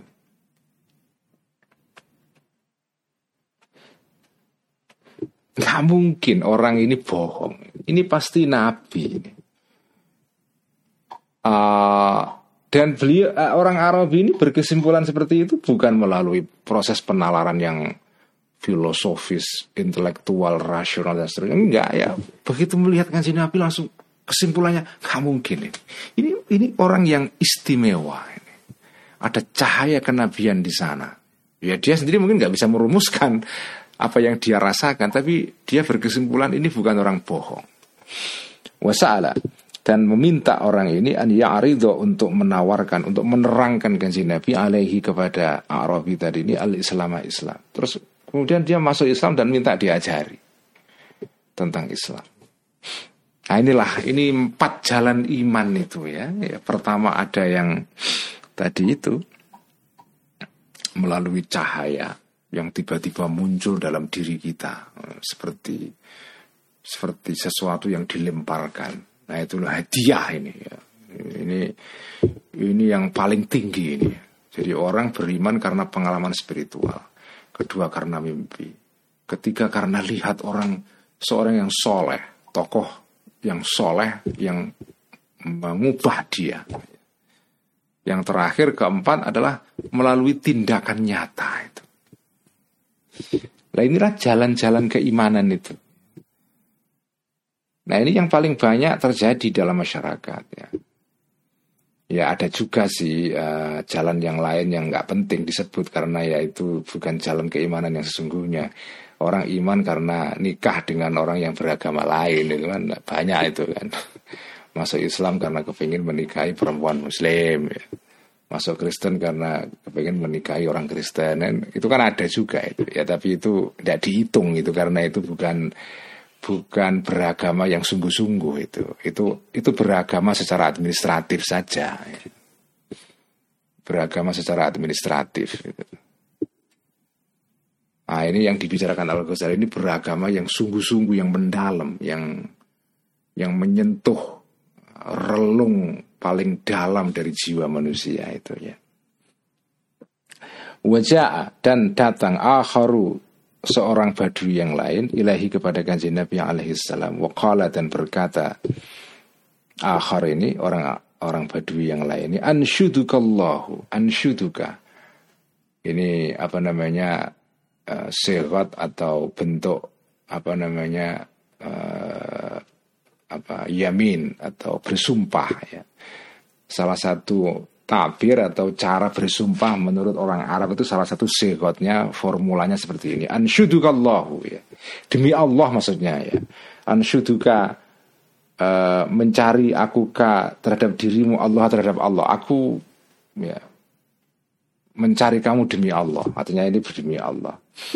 Gak mungkin orang ini bohong. Ini pasti Nabi ini. Uh, dan beliau uh, orang Arab ini berkesimpulan seperti itu bukan melalui proses penalaran yang filosofis, intelektual, rasional dan seterusnya. Enggak ya. Begitu melihat kanjeng Nabi langsung kesimpulannya gak mungkin ini. Ini ini orang yang istimewa ini. Ada cahaya kenabian di sana. Ya dia sendiri mungkin nggak bisa merumuskan apa yang dia rasakan, tapi dia berkesimpulan ini bukan orang bohong. Wasa'ala, dan meminta orang ini an ya'ridha untuk menawarkan, untuk menerangkan Kanjeng Nabi alaihi kepada Arabi tadi ini al-Islam Islam. Terus kemudian dia masuk Islam dan minta diajari tentang Islam. Nah inilah, ini empat jalan iman itu ya. Ya, pertama ada yang tadi itu melalui cahaya yang tiba-tiba muncul dalam diri kita, seperti seperti sesuatu yang dilemparkan. Nah itulah hadiah ini ya. Ini ini yang paling tinggi ini. Jadi orang beriman karena pengalaman spiritual. Kedua karena mimpi. Ketiga karena lihat orang, seorang yang soleh, tokoh yang soleh yang mengubah dia. Yang terakhir keempat adalah melalui tindakan nyata itu. Nah inilah jalan-jalan keimanan itu. Nah ini yang paling banyak terjadi dalam masyarakat ya. Ya ada juga sih uh, jalan yang lain yang nggak penting disebut karena ya itu bukan jalan keimanan yang sesungguhnya. Orang iman karena nikah dengan orang yang beragama lain itu kan banyak itu kan. Masuk Islam karena kepingin menikahi perempuan Muslim ya. Masuk Kristen karena kepingin menikahi orang Kristen dan itu kan ada juga itu ya, tapi itu tidak dihitung itu karena itu bukan bukan beragama yang sungguh-sungguh itu. Itu itu beragama secara administratif saja. Beragama secara administratif. Nah, ini yang dibicarakan Al-Ghazali ini beragama yang sungguh-sungguh, yang mendalam, yang yang menyentuh relung paling dalam dari jiwa manusia itu ya. Wajah dan datang akharu seorang badui yang lain ilahi kepada Kanjeng Nabi alaihi salam waqala dan berkata akhar ini orang orang badui yang lain ini ansyudukallahu ansyuduka ini apa namanya uh, sigat atau bentuk apa namanya uh, apa yamin atau bersumpah ya. Salah satu tabir atau cara bersumpah menurut orang Arab itu salah satu sigotnya, formulanya seperti ini. Ansyudukallahu ya. Demi Allah maksudnya ya. Ansyuduka uh, mencari akuka terhadap dirimu Allah terhadap Allah. Aku ya mencari kamu demi Allah. Artinya ini demi Allah.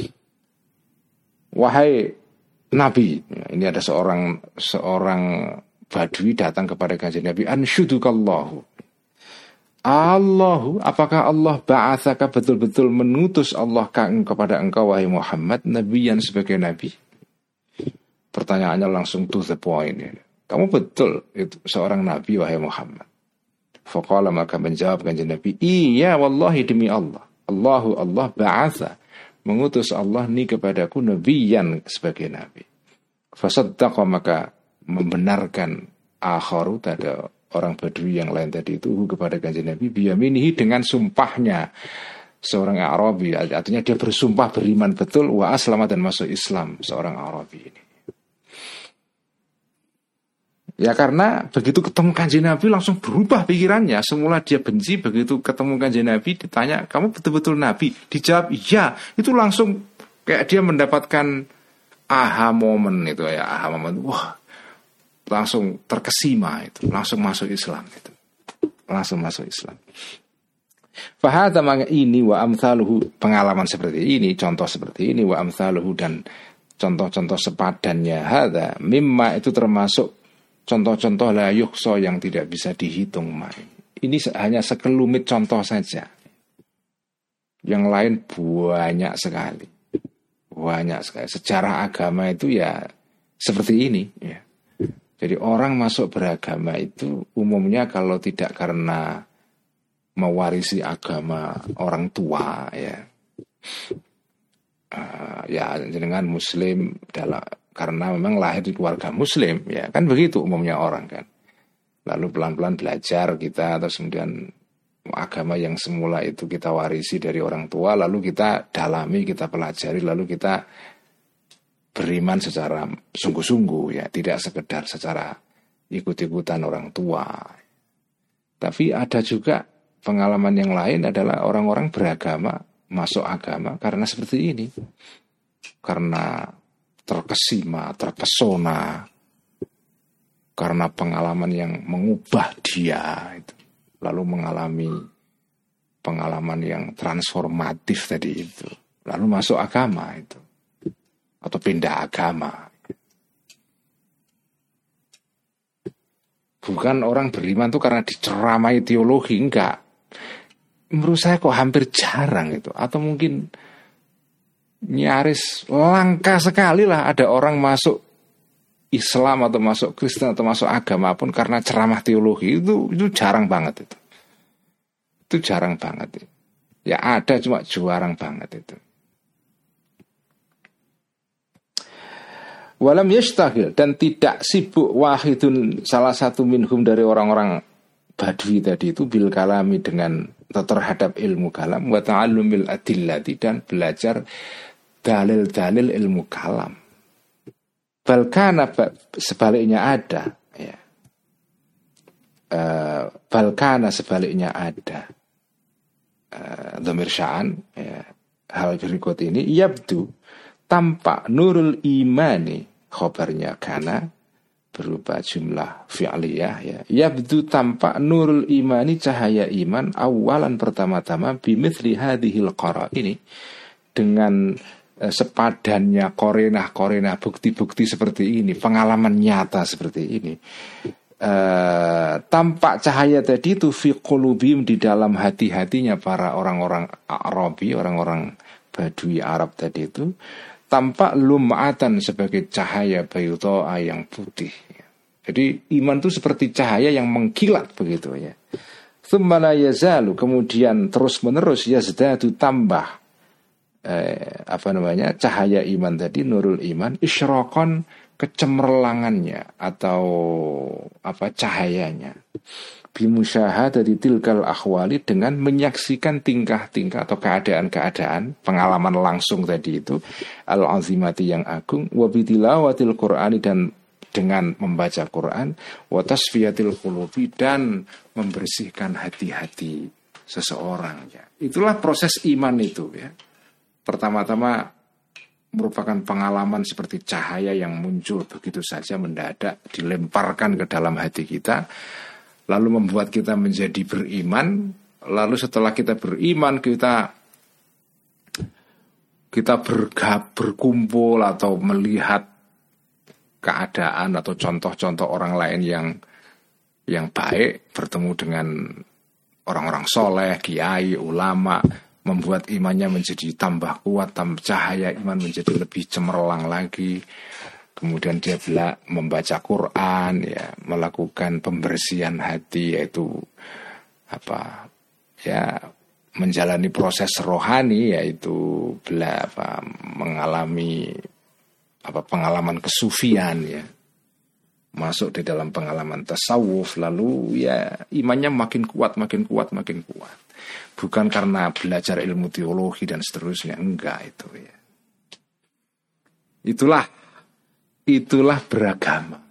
Wahai Nabi, ya, ini ada seorang seorang badui datang kepada Kanjeng Nabi, ansyudukallahu. Allahu, apakah Allah ba'atsaka betul-betul menutus Allah kepada engkau wahai Muhammad nabiyan sebagai nabi? Pertanyaannya langsung to the point ya. Kamu betul itu seorang nabi wahai Muhammad? Faqala maka menjawab Kanjeng Nabi, iya wallahi demi Allah. Allahu Allah ba'atsa mengutus Allah ni kepadaku nabiyan sebagai nabi. Fasaddaqa maka membenarkan akharu tada orang Badui yang lain tadi itu kepada Kanjeng Nabi biyaminihi dengan sumpahnya seorang Arabi, artinya dia bersumpah beriman betul wa aslama dan masuk Islam seorang Arabi ini. Ya karena begitu ketemu Kanjeng Nabi langsung berubah pikirannya. Semula dia benci, begitu ketemu Kanjeng Nabi ditanya kamu betul-betul Nabi, dijawab iya, itu langsung kayak dia mendapatkan aha moment itu ya, aha moment wah langsung terkesima itu, langsung masuk Islam itu, langsung masuk Islam. Fahadha ini wa amthaluhu, pengalaman seperti ini, contoh seperti ini, wa amthaluhu dan contoh-contoh sepadannya, hadha mimma itu termasuk contoh-contoh la yuhsa yang tidak bisa dihitung main. Ini hanya sekelumit contoh saja. Yang lain banyak sekali, banyak sekali. Sejarah agama itu ya seperti ini ya. Jadi orang masuk beragama itu umumnya kalau tidak karena mewarisi agama orang tua ya, uh, ya dengan Muslim dalam karena memang lahir di keluarga Muslim ya kan begitu umumnya orang kan. Lalu pelan-pelan belajar kita terus kemudian agama yang semula itu kita warisi dari orang tua lalu kita dalami kita pelajari lalu kita beriman secara sungguh-sungguh ya, tidak sekedar secara ikut-ikutan orang tua. Tapi ada juga pengalaman yang lain adalah orang-orang beragama, masuk agama karena seperti ini. Karena terkesima, terpesona karena pengalaman yang mengubah dia itu. Lalu mengalami pengalaman yang transformatif tadi itu, lalu masuk agama itu, atau pindah agama. Bukan orang beriman tuh karena diceramai teologi, enggak. Menurut saya kok hampir jarang itu, atau mungkin nyaris langka sekali lah ada orang masuk Islam atau masuk Kristen atau masuk agama pun karena ceramah teologi. Itu itu jarang banget itu. Itu jarang banget. Ya ada, cuma jarang banget itu. Walam yashtagil, dan tidak sibuk wahidun salah satu minhum dari orang-orang Badui tadi itu bil kalami dengan terhadap ilmu kalam wa ta'allumil adillati, dan belajar dalil-dalil ilmu kalam. Balkana sebaliknya ada ya. Uh, balkana sebaliknya ada dhamir sya'an ya, hal berikut ini yabdu, tampak nurul imani, khobarnya kana berupa jumlah fi'liyah ya. Yabdu, tampak nurul imani, cahaya iman, awalan pertama-tama bimithli hadhil qara, ini dengan eh, sepadannya korenah-korenah, bukti-bukti seperti ini, pengalaman nyata seperti ini. Uh, tampak cahaya tadi itu fi qulubihim, di dalam hati-hatinya para orang-orang Arabi, orang-orang Badui Arab tadi itu, tampak lum'atan, sebagai cahaya bayudha yang putih. Jadi iman itu seperti cahaya yang mengkilat begitu ya. Tsumma la yazalu, kemudian terus-menerus yazdadu, tambah eh, apa namanya cahaya iman tadi, nurul iman, isyraqan, kecemerlangannya atau apa cahayanya, bimusyahadati tilkal akhwali, dengan menyaksikan tingkah-tingkah atau keadaan-keadaan pengalaman langsung tadi itu, al-azimati yang agung, wa bitilawatil qur'ani, dan dengan membaca Quran, wa tasfiyatil qulubi, dan membersihkan hati-hati seseorang ya. Itulah proses iman itu ya. Pertama-tama merupakan pengalaman seperti cahaya yang muncul begitu saja mendadak, dilemparkan ke dalam hati kita, lalu membuat kita menjadi beriman. Lalu setelah kita beriman, kita kita bergab, berkumpul atau melihat keadaan atau contoh-contoh orang lain yang yang baik, bertemu dengan orang-orang soleh, kiai, ulama, membuat imannya menjadi tambah kuat, tambah cahaya iman menjadi lebih cemerlang lagi. Kemudian dia bila membaca Quran ya, melakukan pembersihan hati, yaitu apa ya, menjalani proses rohani, yaitu bila apa, mengalami apa pengalaman kesufian ya, masuk di dalam pengalaman tasawuf, lalu ya imannya makin kuat, makin kuat, makin kuat. Bukan karena belajar ilmu teologi dan seterusnya, enggak itu ya. Itulah itulah beragama.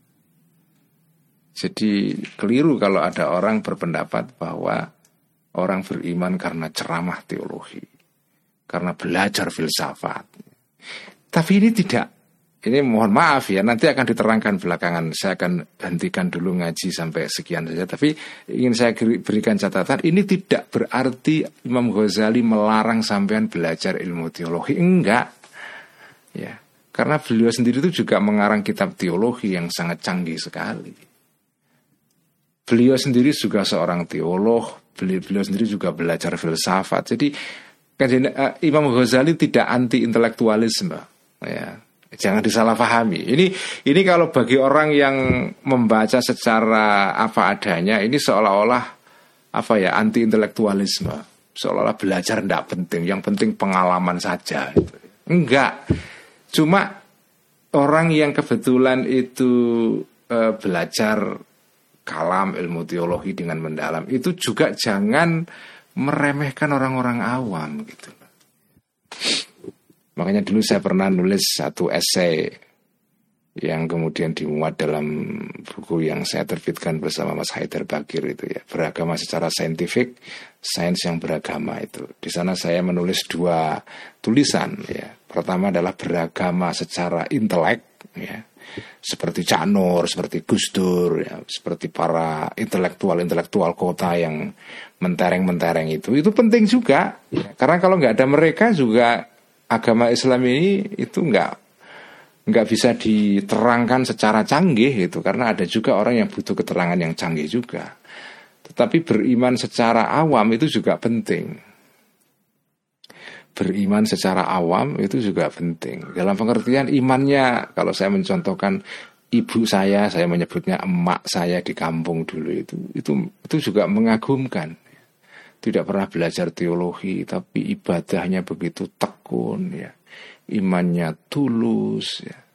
Jadi keliru kalau ada orang berpendapat bahwa orang beriman karena ceramah teologi, karena belajar filsafat. Tapi ini tidak. Ini mohon maaf ya, nanti akan diterangkan belakangan. Saya akan hentikan dulu ngaji sampai sekian saja. Tapi ingin saya berikan catatan, ini tidak berarti Imam Ghazali melarang sampean belajar ilmu teologi. Enggak. Ya, karena beliau sendiri itu juga mengarang kitab teologi yang sangat canggih sekali. Beliau sendiri juga seorang teolog, beliau, beliau sendiri juga belajar filsafat. Jadi Imam Ghazali tidak anti intelektualisme. Ya. Jangan disalahpahami. Ini ini kalau bagi orang yang membaca secara apa adanya, ini seolah-olah apa ya, anti intelektualisme. Seolah-olah belajar tidak penting, yang penting pengalaman saja. Enggak. Cuma orang yang kebetulan itu e, belajar kalam, ilmu teologi dengan mendalam, itu juga jangan meremehkan orang-orang awam gitu. Makanya dulu saya pernah nulis satu esai yang kemudian dimuat dalam buku yang saya terbitkan bersama Mas Haidar Bakir itu ya, beragama secara saintifik, sains yang beragama itu. Di sana saya menulis dua tulisan ya. Pertama adalah beragama secara intelek ya. Seperti Cak Nur, seperti Gus Dur, ya, seperti para intelektual-intelektual kota yang mentereng-mentereng itu, itu penting juga. Ya. Karena kalau nggak ada mereka juga agama Islam ini itu nggak nggak bisa diterangkan secara canggih gitu. Karena ada juga orang yang butuh keterangan yang canggih juga. Tetapi beriman secara awam itu juga penting. Beriman secara awam itu juga penting. Dalam pengertian imannya, kalau saya mencontohkan ibu saya, saya menyebutnya emak saya di kampung dulu itu, itu itu juga mengagumkan. Tidak pernah belajar teologi, tapi ibadahnya begitu tekun, ya. Imannya tulus, ya.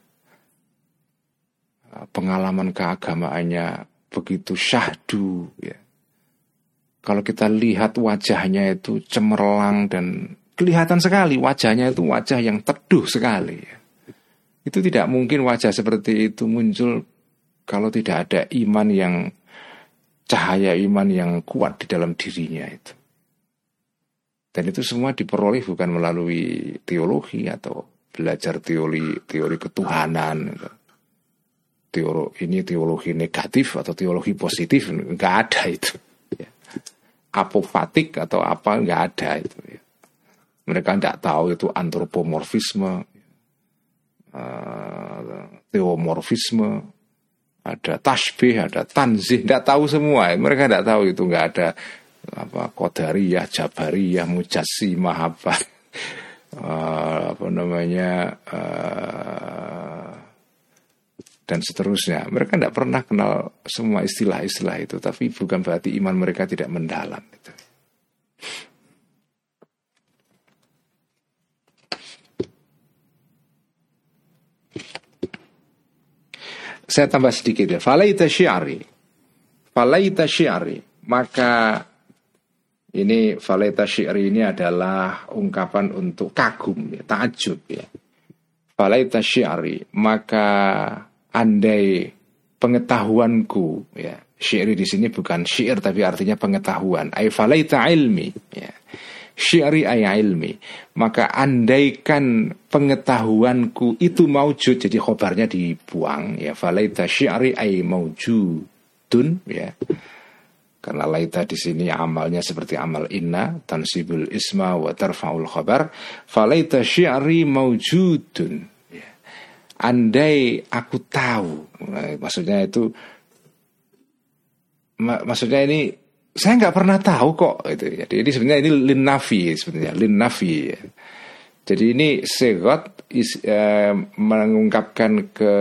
Pengalaman keagamaannya begitu syahdu, ya. Kalau kita lihat wajahnya itu cemerlang dan kelihatan sekali wajahnya itu wajah yang teduh sekali. Itu tidak mungkin wajah seperti itu muncul kalau tidak ada iman yang, cahaya iman yang kuat di dalam dirinya itu. Dan itu semua diperoleh bukan melalui teologi atau belajar teori teori ketuhanan. Teori ini teologi negatif atau teologi positif, nggak ada itu. Apofatik atau apa, nggak ada itu. Mereka tidak tahu itu antropomorfisme, uh, teomorfisme, ada tasbih, ada tanzih, tidak tahu semua. Mereka tidak tahu itu, nggak ada apa qadariyah, jabariyah, mujassimah apa, uh, apa namanya uh, dan seterusnya. Mereka tidak pernah kenal semua istilah-istilah itu, tapi bukan berarti iman mereka tidak mendalam. Gitu. Saya tambah sedikit ya. Falaita syi'ri. Falaita syi'ri. Maka ini falaita syi'ri ini adalah ungkapan untuk kagum ya, takjub ya. Falaita syi'ri, maka andai pengetahuanku ya. Syi'ri di sini bukan syair tapi artinya pengetahuan. Ai falaita ilmi ya. Syi'ri ay ilmi, maka andaikan pengetahuanku itu maujud, jadi khobarnya dibuang ya, falaita syi'ri ay maujudun ya, karena laita di sini amalnya seperti amal inna, tansibul isma wa tarfa'ul khabar, falaita syi'ri maujudun ya. Andai aku tahu, nah, maksudnya itu mak- maksudnya ini saya nggak pernah tahu kok itu. Jadi ini sebenarnya ini lin nafi sebenarnya lin nafi. Ya. Jadi ini segot is, eh, mengungkapkan ke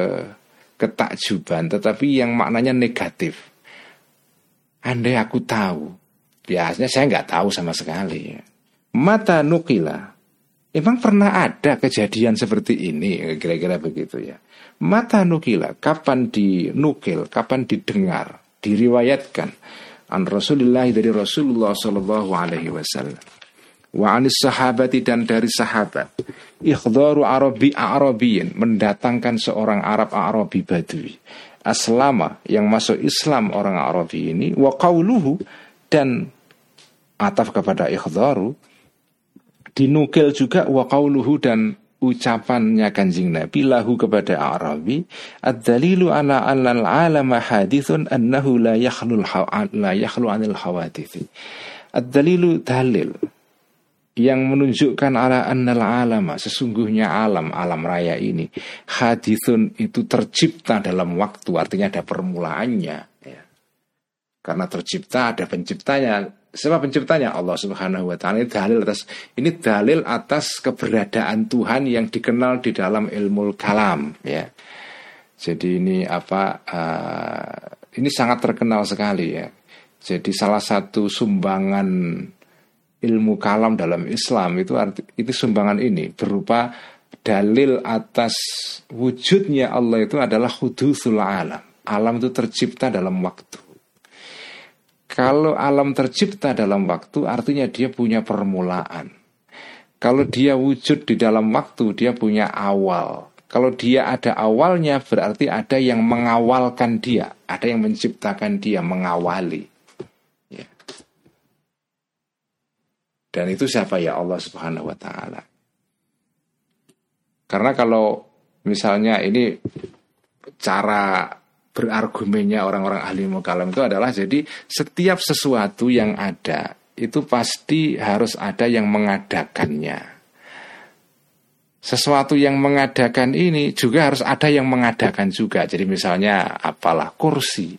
ketakjuban, tetapi yang maknanya negatif. Andai aku tahu, biasanya saya nggak tahu sama sekali. Mata nukila, emang pernah ada kejadian seperti ini, kira-kira begitu ya. Mata nukila, kapan dinukil, kapan didengar, diriwayatkan. An Rasulillah, dari Rasulullah sallallahu alaihi wasallam, wa anis sahabati, dan dari sahabat, ikhdaru arabi a'rabiyin, mendatangkan seorang Arab Arabi Badui, aslama, yang masuk Islam orang Arabi ini, wa qauluhu, dan ataf kepada ikhdaru, dinukil juga wa qauluhu, dan ucapannya Kanjeng Nabi lahu kepada Arabi, ad-dalilu ala al alama hadithun annahu la yakhlul la yakhlu anil hawadith. Ad-dalilu dalil yang menunjukkan ala annal alama, sesungguhnya alam alam raya ini hadithun, itu tercipta dalam waktu, artinya ada permulaannya ya. Karena tercipta ada penciptanya. Siapa penciptanya? Allah Subhanahu wa taala. Ini dalil atas ini dalil atas keberadaan Tuhan yang dikenal di dalam ilmu kalam ya. Jadi ini apa uh, ini sangat terkenal sekali ya. Jadi salah satu sumbangan ilmu kalam dalam Islam itu arti, itu sumbangan ini berupa dalil atas wujudnya Allah itu adalah hudusul alam. Alam itu tercipta dalam waktu. Kalau alam tercipta dalam waktu, artinya dia punya permulaan. Kalau dia wujud di dalam waktu, dia punya awal. Kalau dia ada awalnya, berarti ada yang mengawalkan dia, ada yang menciptakan dia, mengawali ya. Dan itu siapa ya? Allah Subhanahu wa ta'ala. Karena kalau Misalnya ini cara berargumennya orang-orang ahli ilmu kalam itu adalah, jadi setiap sesuatu yang ada itu pasti harus ada yang mengadakannya. Sesuatu yang mengadakan ini juga harus ada yang mengadakan juga. Jadi misalnya apalah kursi.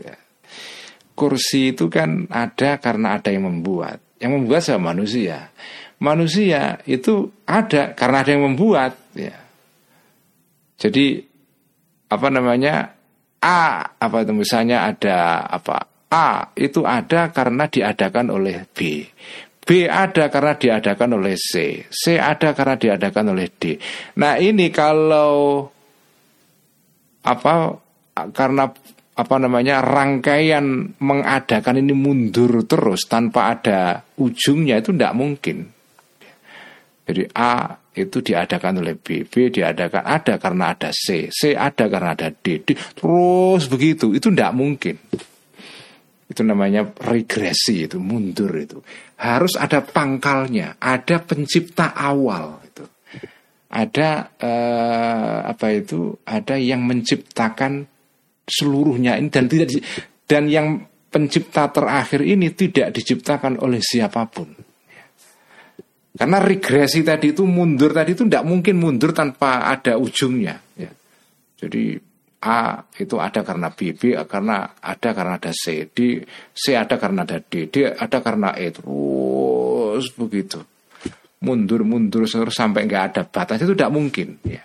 Kursi itu kan ada karena ada yang membuat. Yang membuat siapa? Manusia. Manusia itu ada karena ada yang membuat, ya. Jadi apa namanya, A apa itu misalnya ada apa A itu ada karena diadakan oleh B, B ada karena diadakan oleh C, C ada karena diadakan oleh D. Nah ini kalau apa karena apa namanya rangkaian mengadakan ini mundur terus tanpa ada ujungnya, itu tidak mungkin. Jadi A itu diadakan oleh B, B diadakan ada karena ada C, C ada karena ada D, D terus begitu, itu tidak mungkin. Itu namanya regresi, itu mundur itu. Harus ada pangkalnya, ada pencipta awal itu. Ada eh, apa itu? Ada yang menciptakan seluruhnya ini dan tidak dan yang pencipta terakhir ini tidak diciptakan oleh siapapun. Karena regresi tadi itu mundur tadi itu tidak mungkin mundur tanpa ada ujungnya, ya. Jadi A itu ada karena B, B karena ada karena ada C, D, C ada karena ada D, D ada karena E, terus begitu. Mundur-mundur terus sampai nggak ada batas, itu tidak mungkin, ya.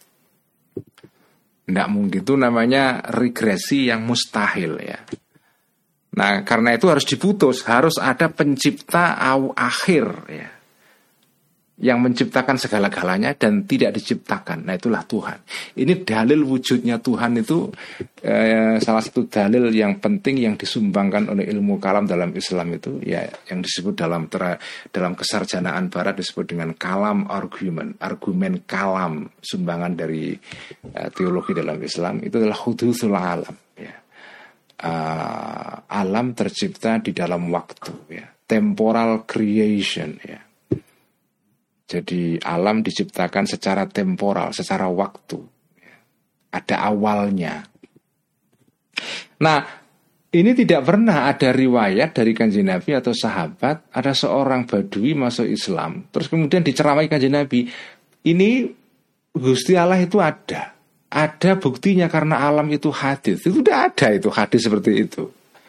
Tidak mungkin, itu namanya regresi yang mustahil, ya. Nah karena itu harus diputus, harus ada pencipta akhir, ya, yang menciptakan segala-galanya dan tidak diciptakan. Nah itulah Tuhan. Ini dalil wujudnya Tuhan itu eh, salah satu dalil yang penting yang disumbangkan oleh ilmu kalam dalam Islam itu, ya, yang disebut dalam tera, dalam kesarjanaan Barat disebut dengan kalam argumen, argumen kalam, sumbangan dari eh, teologi dalam Islam itu adalah hudutsul alam, ya. Uh, alam tercipta di dalam waktu, ya. Temporal creation, ya. Jadi alam diciptakan secara temporal, secara waktu, ada awalnya. Nah ini tidak pernah ada riwayat dari Kanjeng Nabi atau sahabat ada seorang badui masuk Islam terus kemudian diceramai Kanjeng Nabi. Ini Gusti Allah itu ada, ada buktinya karena alam itu hadis. Itu tidak ada itu hadis seperti itu.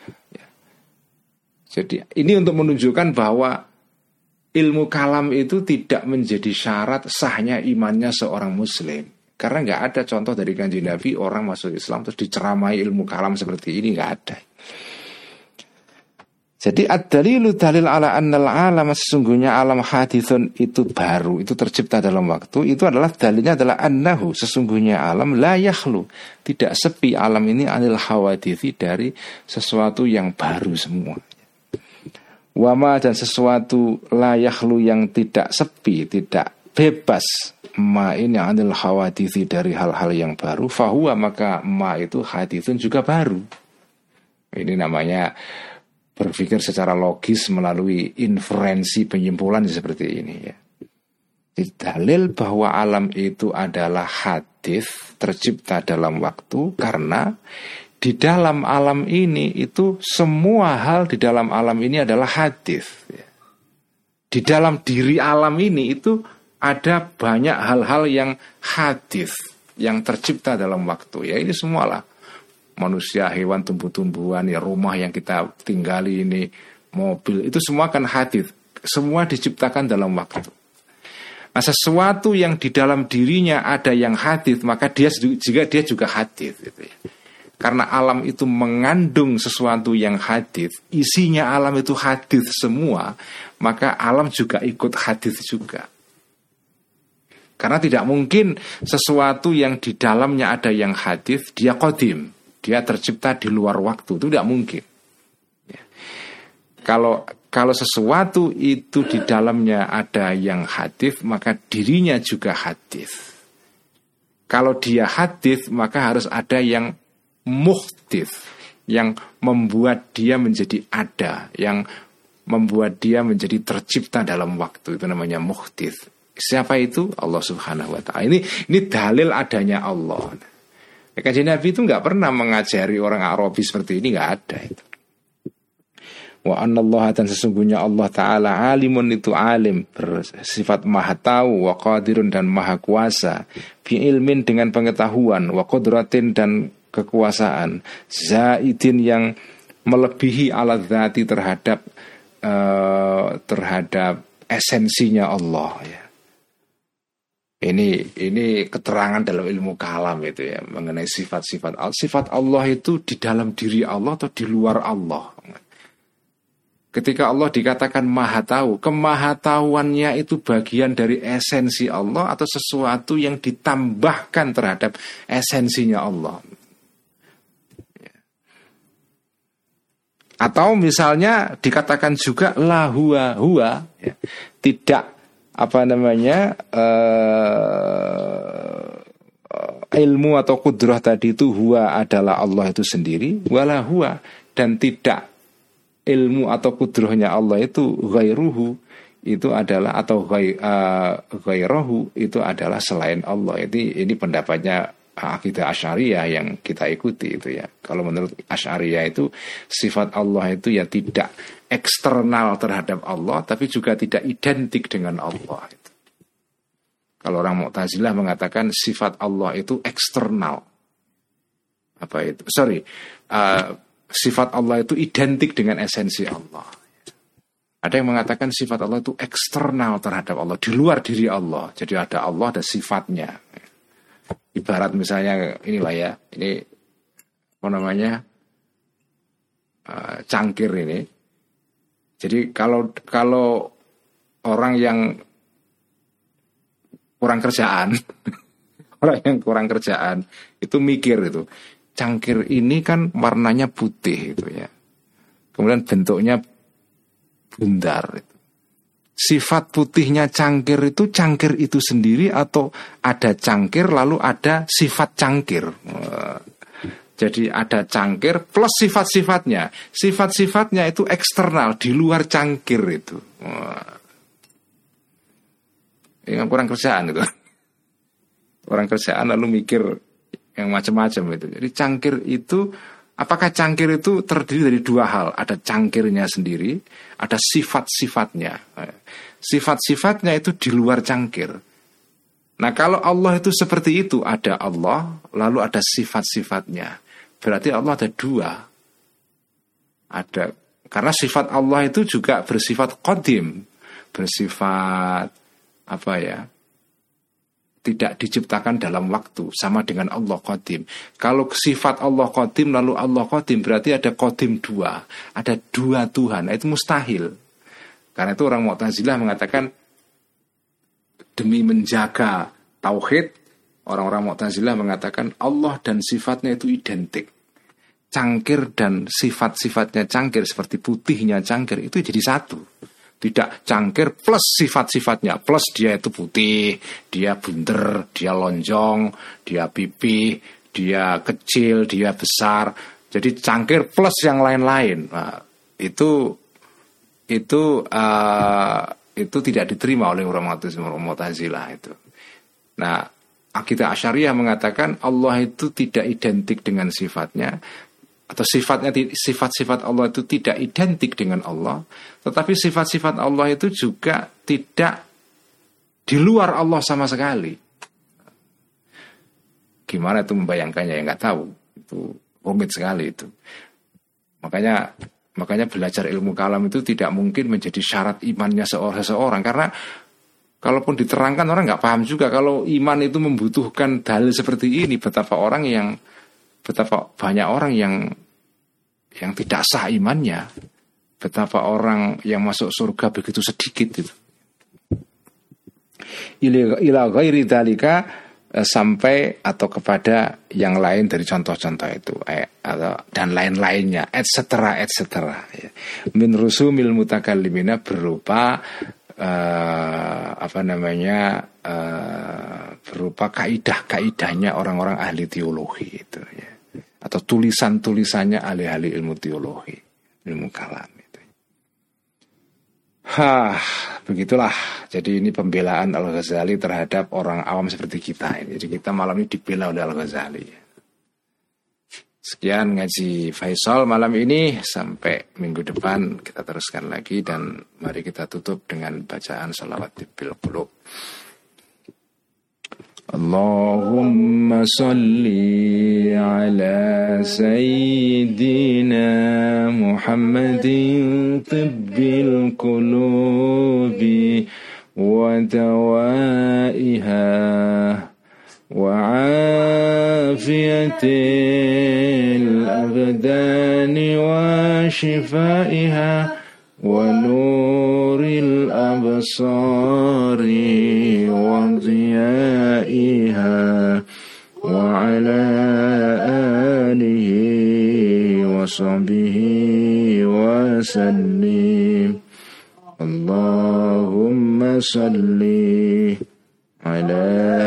Jadi ini untuk menunjukkan bahwa ilmu kalam itu tidak menjadi syarat sahnya imannya seorang muslim. Karena nggak ada contoh dari Kanjeng Nabi orang masuk Islam terus diceramai ilmu kalam seperti ini, nggak ada. Jadi ad-dalilu dalil ala annal alam, sesungguhnya alam hadithun itu baru, itu tercipta dalam waktu, itu adalah dalilnya adalah annahu, sesungguhnya alam la yakhlu, tidak sepi alam ini anil hawadithi, dari sesuatu yang baru semua. Wama, dan sesuatu la yakhlu yang tidak sepi, tidak bebas, ma ini anil hawadithi, dari hal-hal yang baru, fahuwa, maka ma itu hadithun juga baru. Ini namanya berpikir secara logis melalui inferensi penyimpulan seperti ini, ya. Dalil bahwa alam itu adalah hadits, tercipta dalam waktu, karena di dalam alam ini itu semua hal di dalam alam ini adalah hadits, ya. Di dalam diri alam ini itu ada banyak hal-hal yang hadits, yang tercipta dalam waktu, ya. Ini semualah manusia, hewan, tumbuh-tumbuhan, ya, rumah yang kita tinggali ini, mobil, itu semua kan hadits, semua diciptakan dalam waktu. Nah, sesuatu yang di dalam dirinya ada yang hadits, maka dia juga dia juga hadits, gitu, ya. Karena alam itu mengandung sesuatu yang hadits, isinya alam itu hadits semua, maka alam juga ikut hadits juga. Karena tidak mungkin sesuatu yang di dalamnya ada yang hadits dia qadim, dia tercipta di luar waktu, itu tidak mungkin, ya. Kalau kalau sesuatu itu di dalamnya ada yang hadits, maka dirinya juga hadits. Kalau dia hadits, maka harus ada yang muhdits, yang membuat dia menjadi ada, yang membuat dia menjadi tercipta dalam waktu, itu namanya muhdits. Siapa itu? Allah Subhanahu wa ta'ala. Ini ini dalil adanya Allah. Kajian Nabi itu nggak pernah mengajari orang Arabi seperti ini, nggak ada itu. Wa anallaha, dan sesungguhnya Allah Ta'ala alimun, itu alim, bersifat maha tahu, wa qadirun, dan maha kuasa, bi ilmin, dengan pengetahuan, wa qudratin, dan kekuasaan, zaidin, yang melebihi ala dzati, terhadap uh, terhadap esensinya Allah ya. Ini ini keterangan dalam ilmu kalam itu ya, mengenai sifat-sifat Allah. Sifat Allah itu di dalam diri Allah atau di luar Allah. Ketika Allah dikatakan maha tahu, kemahatauannya itu bagian dari esensi Allah atau sesuatu yang ditambahkan terhadap esensinya Allah. Atau misalnya dikatakan juga la huwa huwa ya, tidak apa namanya uh, ilmu atau kudrah tadi itu huwa adalah Allah itu sendiri, wala huwa, dan tidak ilmu atau kudrahnya Allah itu ghairuhu, itu adalah, atau ghairahu, itu adalah selain Allah. Ini ini pendapatnya akidah Asy'ariyah yang kita ikuti itu ya. Kalau menurut Asy'ariyah itu sifat Allah itu ya tidak eksternal terhadap Allah, tapi juga tidak identik dengan Allah itu. Kalau orang Mu'tazilah mengatakan sifat Allah itu eksternal. Apa itu? Sorry, uh, sifat Allah itu identik dengan esensi Allah. Ada yang mengatakan sifat Allah itu eksternal terhadap Allah, di luar diri Allah. Jadi ada Allah, ada sifatnya. Ibarat misalnya inilah ya, ini apa namanya, uh, cangkir ini. Jadi kalau kalau orang yang kurang kerjaan, orang yang kurang kerjaan itu mikir itu, cangkir ini kan warnanya putih itu ya, kemudian bentuknya bundar. Sifat putihnya cangkir itu cangkir itu sendiri, atau ada cangkir lalu ada sifat cangkir. Jadi ada cangkir plus sifat-sifatnya. Sifat-sifatnya itu eksternal, di luar cangkir itu. Ini kurang kerjaan itu. Orang kerjaan lalu mikir yang macam-macam itu. Jadi cangkir itu, apakah cangkir itu terdiri dari dua hal? Ada cangkirnya sendiri, ada sifat-sifatnya. Sifat-sifatnya itu di luar cangkir. Nah, kalau Allah itu seperti itu, ada Allah, lalu ada sifat-sifatnya. Berarti Allah ada dua. Ada, karena sifat Allah itu juga bersifat qadim, bersifat apa ya? Tidak diciptakan dalam waktu, sama dengan Allah qadim. Kalau sifat Allah qadim lalu Allah qadim, berarti ada qadim dua, ada dua Tuhan. Itu mustahil. Karena itu orang Mu'tazilah mengatakan demi menjaga tauhid, orang-orang Mu'tazilah mengatakan Allah dan sifatnya itu identik. Cangkir dan sifat-sifatnya cangkir, seperti putihnya cangkir, itu jadi satu. Tidak cangkir plus sifat-sifatnya, plus dia itu putih, dia bunder, dia lonjong, dia pipih, dia kecil, dia besar. Jadi cangkir plus yang lain-lain. Nah, itu itu uh, itu tidak diterima oleh orang Mu'tazilah itu. Nah, akidah Asy'ariyah mengatakan Allah itu tidak identik dengan sifatnya, atau sifatnya, sifat-sifat Allah itu tidak identik dengan Allah, tetapi sifat-sifat Allah itu juga tidak di luar Allah sama sekali. Gimana itu membayangkannya, ya nggak tahu. Itu rumit sekali itu. Makanya makanya belajar ilmu kalam itu tidak mungkin menjadi syarat imannya seorang-seorang, karena kalaupun diterangkan orang nggak paham juga. Kalau iman itu membutuhkan dalil seperti ini, betapa orang yang betapa banyak orang yang yang tidak sah imannya, betapa orang yang masuk surga begitu sedikit itu. Ila ghairi dzalika, sampai atau kepada yang lain dari contoh-contoh itu, eh, atau dan lain-lainnya, et cetera et cetera ya. Min rusumil mutakallimina, berupa uh, apa namanya uh, berupa kaidah-kaidahnya orang-orang ahli teologi itu ya, atau tulisan-tulisannya ahli-ahli ilmu teologi, ilmu kalam itu. Hah, begitulah. Jadi ini pembelaan Al-Ghazali terhadap orang awam seperti kita. Jadi kita malam ini dibela oleh Al-Ghazali. Sekian ngaji Faisal malam ini. Sampai minggu depan kita teruskan lagi. Dan mari kita tutup dengan bacaan salawat bil qulub. Allahumma salli ala sayyidina Muhammadin tibbil qulubi wa dawaiha wa afiyatil abdani wa shifaiha wa nuril absari wa ضيائها وعلى آله وصحبه وسلم اللهم صل على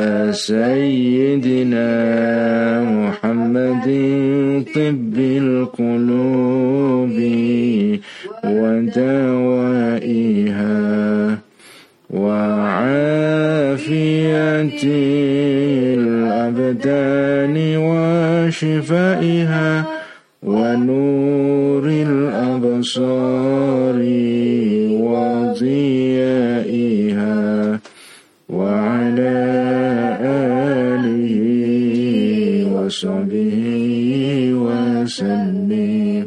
سيدنا محمد طب القلوب ودوائها وعافية الأبدان وشفائها ونور الأبصار وضيائها وعلى آله وصحبه وسلم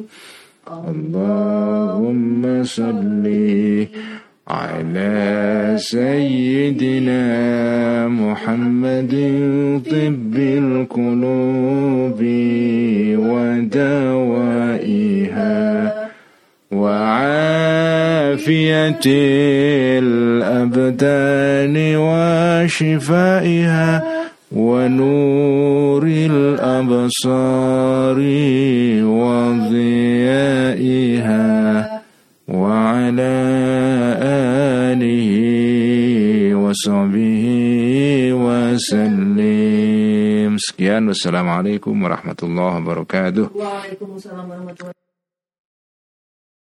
اللهم صل على سيدنا محمد طب القلوب ودوائها وعافية الأبدان وشفائها ونور الأبصار وضيائها وعلى آله وصحبه وسلم. Sekian, wassalamualaikum warahmatullahi wabarakatuh.
Waalaikumsalam warahmatullahi wabarakatuh.